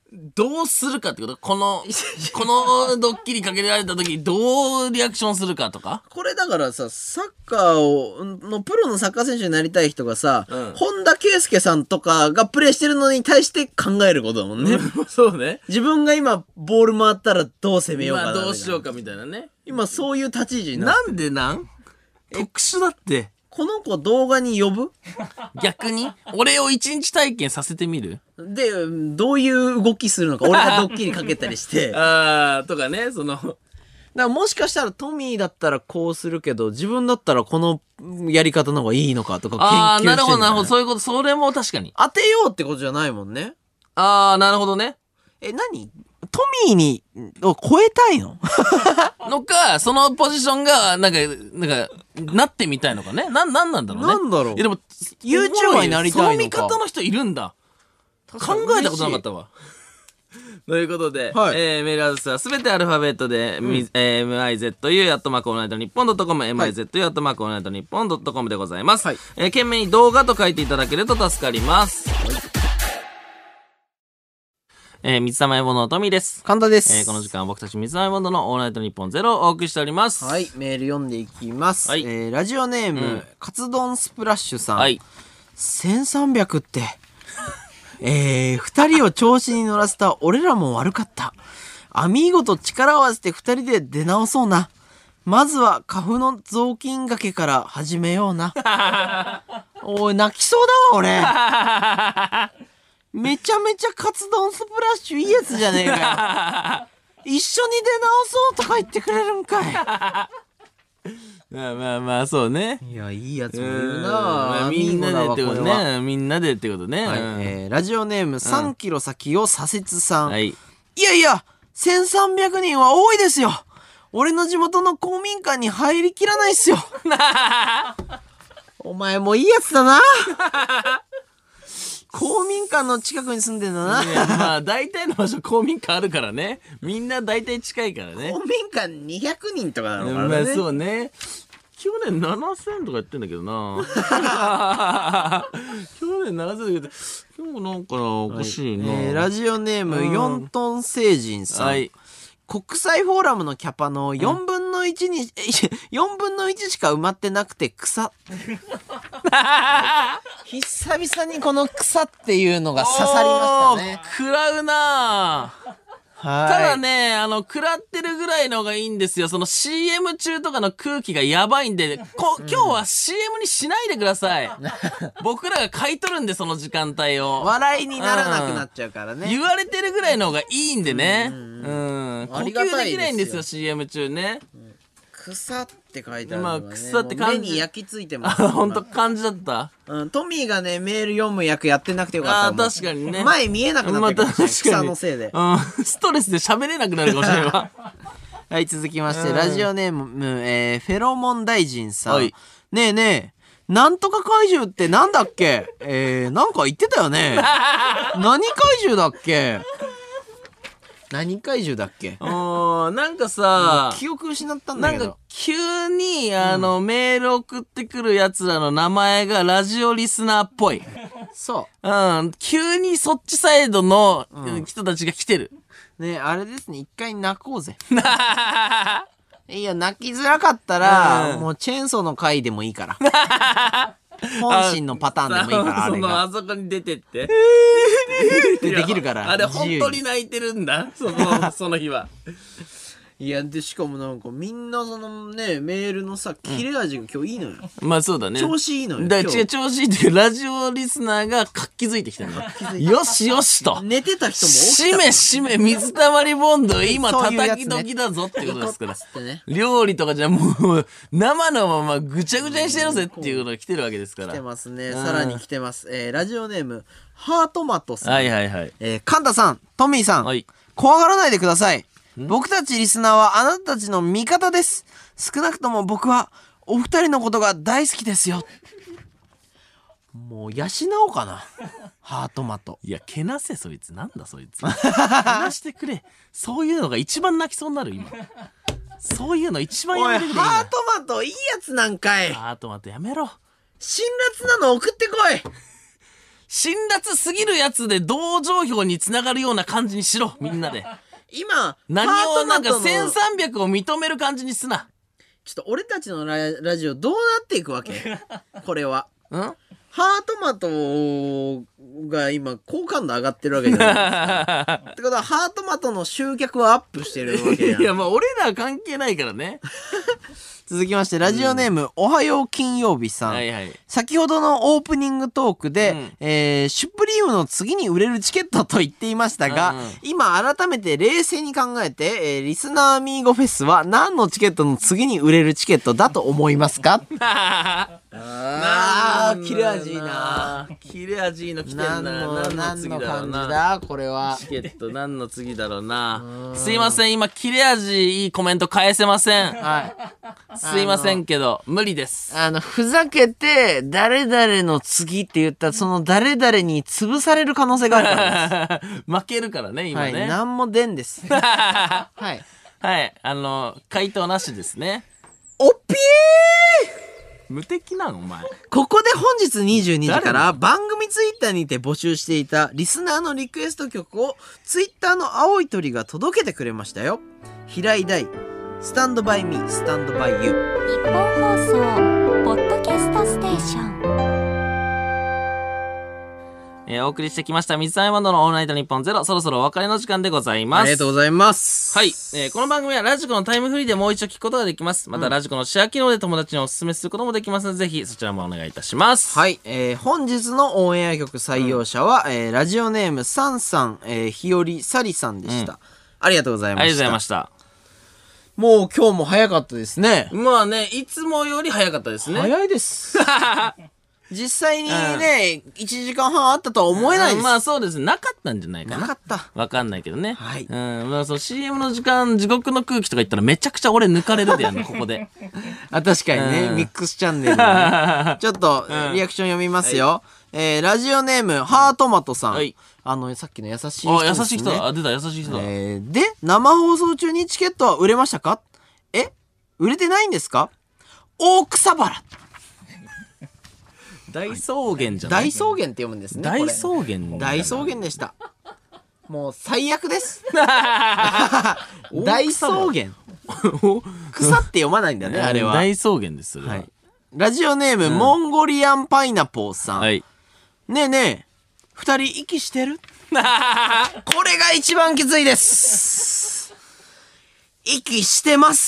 どうするかってことこのドッキリかけられた時どうリアクションするかとか。 これだからさ、サッカーのプロのサッカー選手になりたい人がさ、本田圭佑さんとかがプレーしてるのに対して考えることだもんね。 そうね。 自分が今ボール回ったらどう攻めようかな。 どうしようかみたいなね。 今そういう立ち位置になんで特殊だって。 この子動画に呼ぶ？ 逆に俺を一日体験させてみる？ で、どういう動きするのか、俺がドッキリかけたりして。 とかね、 だからもしかしたらトミーだったらこうするけど、自分だったらこのやり方の方がいいのかとか研究してる。 なるほどなるほど、そういうこと、それも確かに。 当てようってことじゃないもんね。 なるほどね。 何？トミーを超えたいののか、そのポジションが、なってみたいのかね。なんなんだろうね。 なんだろう。 でも、 YouTuber になりたいのか。 その見方の人いるんだ。考えたことなかったわ。ということで、 はいメールアドレスはすべてアルファベットで、mizu@allnightnippon.com、mizu@allnightnippon.com でございます。 はい。 懸命に動画と書いていただけると助かります。水溜りボンドのトミーです。 神田です。 この時間は僕たち水溜りボンドのオールナイトニッポンゼロをお送りしております。 はい、メール読んでいきます。 はい、 ラジオネーム、カツ丼スプラッシュさん。 はい。 1300って、2人を調子に乗らせた俺らも悪かった。アミーゴと力を合わせて2人で出直そうな。まずはカフの雑巾がけから始めような。おい、泣きそうだわ、俺。めちゃめちゃカツ丼スプラッシュいいやつじゃねえかよ。一緒に出直そうとか言ってくれるんかい。 まあそうね。 いや、いいやつもいるな。 みんなでってことね。みんなでってことね。 はい。ラジオネーム3キロ先を左折さん。 はい。 いやいや、1300人は多いですよ。俺の地元の公民館に入りきらないっすよ。お前もいいやつだな。公民館の近くに住んでんだな。 まあ大体の場所公民館あるからね。みんな大体近いからね。 公民館200人とかなのかな、 まあそうね。去年7000とかやってんだけどな。去年7000だけど、今日なんかな、おかしいな。 ラジオネーム4トン星人さん。はい。国際フォーラムのキャパの4分の1に、4分の1しか埋まってなくて草。久々にこの草っていうのが刺さりましたね。 食らうなぁ。ただね、食らってるぐらいのがいいんですよ。その CM 中とかの空気がやばいんで、今日は CM にしないでください。僕らが買い取るんで、その時間帯を。 笑いにならなくなっちゃうからね。 言われてるぐらいの方がいいんでね。呼吸できないんですよ、CM 中ね。 草って書いてあるのがね、 草って感じ。 目に焼き付いてます。 本当感じだった。 トミーがね、メール読む役やってなくてよかった。 確かにね。 前見えなくなったかもしれない。草のせいで。 ストレスで喋れなくなるかもしれないわ。 はい、続きまして、ラジオネーム、フェロモン大臣さん。はい、ねえねえ、なんとか怪獣ってなんだっけ？なんか言ってたよね。何怪獣だっけ？何怪獣だっけ？ なんかさ、 記憶失ったんだけど。 なんか急に、メール送ってくるやつらの名前がラジオリスナーっぽい。 そう。 急にそっちサイドの人たちが来てる。 ね、あれですね、一回泣こうぜ。いや、泣きづらかったら、もうチェーンソーの回でもいいから。本心のパターンでもいいから、あれが。 あそこに出てって。 ってできるから。 あれ本当に泣いてるんだ。その日は。 いや、で、しかもなんかみんなそのね、メールのさ、切れ味が今日いいのよ。 まあそうだね。 調子いいのよ。 だから調子いいっていうか、ラジオリスナーが活気づいてきたんだ。よしよしと。 寝てた人もしめしめ、水溜りボンド、今叩き時だぞってことですから。料理とかじゃもう、生のままぐちゃぐちゃにしてやろうぜっていうのが来てるわけですから。 来てますね。さらに来てます。ラジオネーム、ハートマトさん。 はいはいはい。 カンタさん、トミーさん。はい。怖がらないでください。僕たちリスナーはあなたたちの味方です。少なくとも僕はお二人のことが大好きですよ。もう養おうかな。ハートマト。 いや、けなせそいつ。なんだそいつ。けなしてくれ。そういうのが一番泣きそうになる今。そういうの一番やめてくれ。 ハートマトいいやつなんかい。 ハートマトやめろ。 辛辣なの送ってこい。 辛辣すぎるやつで同情票につながるような感じにしろ、みんなで。 今、 何をなんか1300を認める感じにすな。 ちょっと俺たちのラジオどうなっていくわけこれは。 んハートマトが今好感度上がってるわけじゃないですか。ってことはハートマトの集客はアップしてるわけじゃん。 いやまあ俺らは関係ないからね。 続きましてラジオネーム、おはよう金曜日さん、 はいはい、 先ほどのオープニングトークで、シュプリームの次に売れるチケットと言っていましたが、今改めて冷静に考えて、リスナーアミーゴフェスは何のチケットの次に売れるチケットだと思いますか？切れ味いいな。 切れ味いいの来てんな。 何の感じだこれは。 チケット何の次だろうな。すいません、今切れ味いいコメント返せません。すいませんけど無理です。 ふざけて誰々の次って言ったらその誰々に潰される可能性があるからです。 負けるからね今ね。 何も出んです。はいはい、回答なしですね。 おっぴー無敵なのお前。 ここで本日22時から番組ツイッターにて募集していたリスナーのリクエスト曲をツイッターの青い鳥が届けてくれましたよ。平井大スタンドバイミースタンドバイユー。 日本放送ポッドキャストステーション、 お送りしてきました水溜りボンドのオールナイトニッポンゼロ、そろそろお別れの時間でございます。 ありがとうございます。 はい、この番組はラジコのタイムフリーでもう一度聞くことができます。またラジコのシェア機能で友達にお勧めすることもできますので、ぜひそちらもお願いいたします。 はい、本日のオンエア曲採用者は、ラジオネームサンさん、日和さりさんでした、ありがとうございました。 ありがとうございました。 もう今日も早かったですね。 まあね、いつもより早かったですね。 早いです。実際にね、1時間半あったとは思えないです。 まあそうです。なかったんじゃないかな。 なかった。 わかんないけどね。 はい。 まあそう CM の時間、地獄の空気とか言ったらめちゃくちゃ俺抜かれるでやんの、ここで。 確かにね、ミックスチャンネル、ね。ちょっと、リアクション読みますよ。ラジオネーム、ハートマトさん。はい。さっきの優しい人ですね。 優しい人だ。出た、優しい人だ。 で、生放送中にチケットは売れましたか？売れてないんですか？大草原。 大草原じゃない？ 大草原って読むんですね。 大草原。 大草原でした。もう最悪です。大草原。草って読まないんだね、あれは。 大草原です、それは。 ラジオネーム、モンゴリアンパイナポーさん。 はい。 ねえねえ、2人息してる？これが一番きついです。息してます。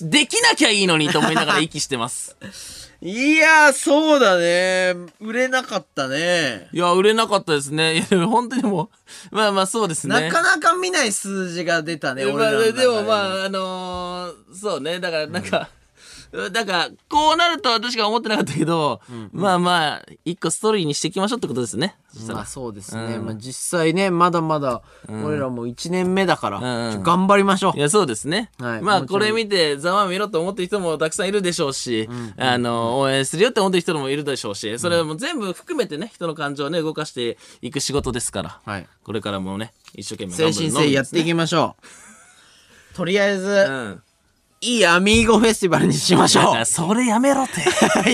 できなきゃいいのにと思いながら息してます。 いや、そうだね。売れなかったね。 いや、売れなかったですね。いや、本当にもう、まあまあそうですね。 なかなか見ない数字が出たね、俺らの中で。 でもまあ、そうね。だからなんか、だから、こうなるとは確か思ってなかったけど、まあまあ、一個ストーリーにしていきましょうってことですね。 まあそうですね。まあ実際ね、まだまだ、俺らも1年目だから、頑張りましょう。 いや、そうですね。まあこれ見て、ざまみろと思ってる人もたくさんいるでしょうし、応援するよって思ってる人もいるでしょうし、それも全部含めてね、人の感情をね、動かしていく仕事ですから、これからもね、一生懸命誠心誠意やっていきましょう。とりあえず、いいアミーゴフェスティバルにしましょう。 それやめろって。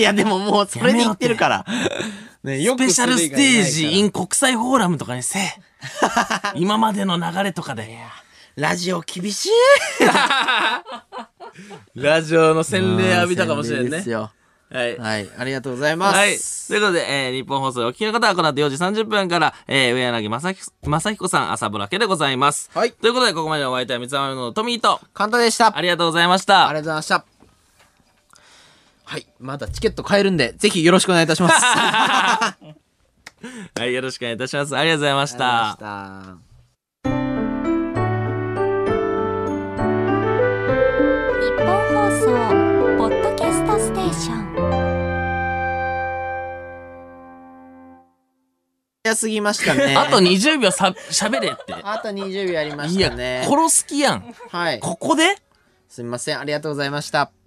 いやでももうそれで言ってるから。 ね、スペシャルステージ in 国際フォーラムとかにせえ。今までの流れとかで。 ラジオ厳しい。 ラジオの洗礼浴びたかもしれんね。 はい。はい。ありがとうございます。 はい。ということで、日本放送でお聞きの方はこの後4時30分から、上柳正彦さん朝ぼらけでございます。はい。ということで、ここまでのお相手は三つ編みのトミーと、 カンタでした。 ありがとうございました。 ありがとうございました。はい。まだチケット買えるんで、ぜひよろしくお願いいたします。 はい。よろしくお願いいたします。ありがとうございました。 日本放送ポッドキャストステーション。 早すぎましたね。 あと20秒喋れって。 あと20秒ありましたね。 いや、殺す気やん。 はい。 ここで？ すみません。ありがとうございました。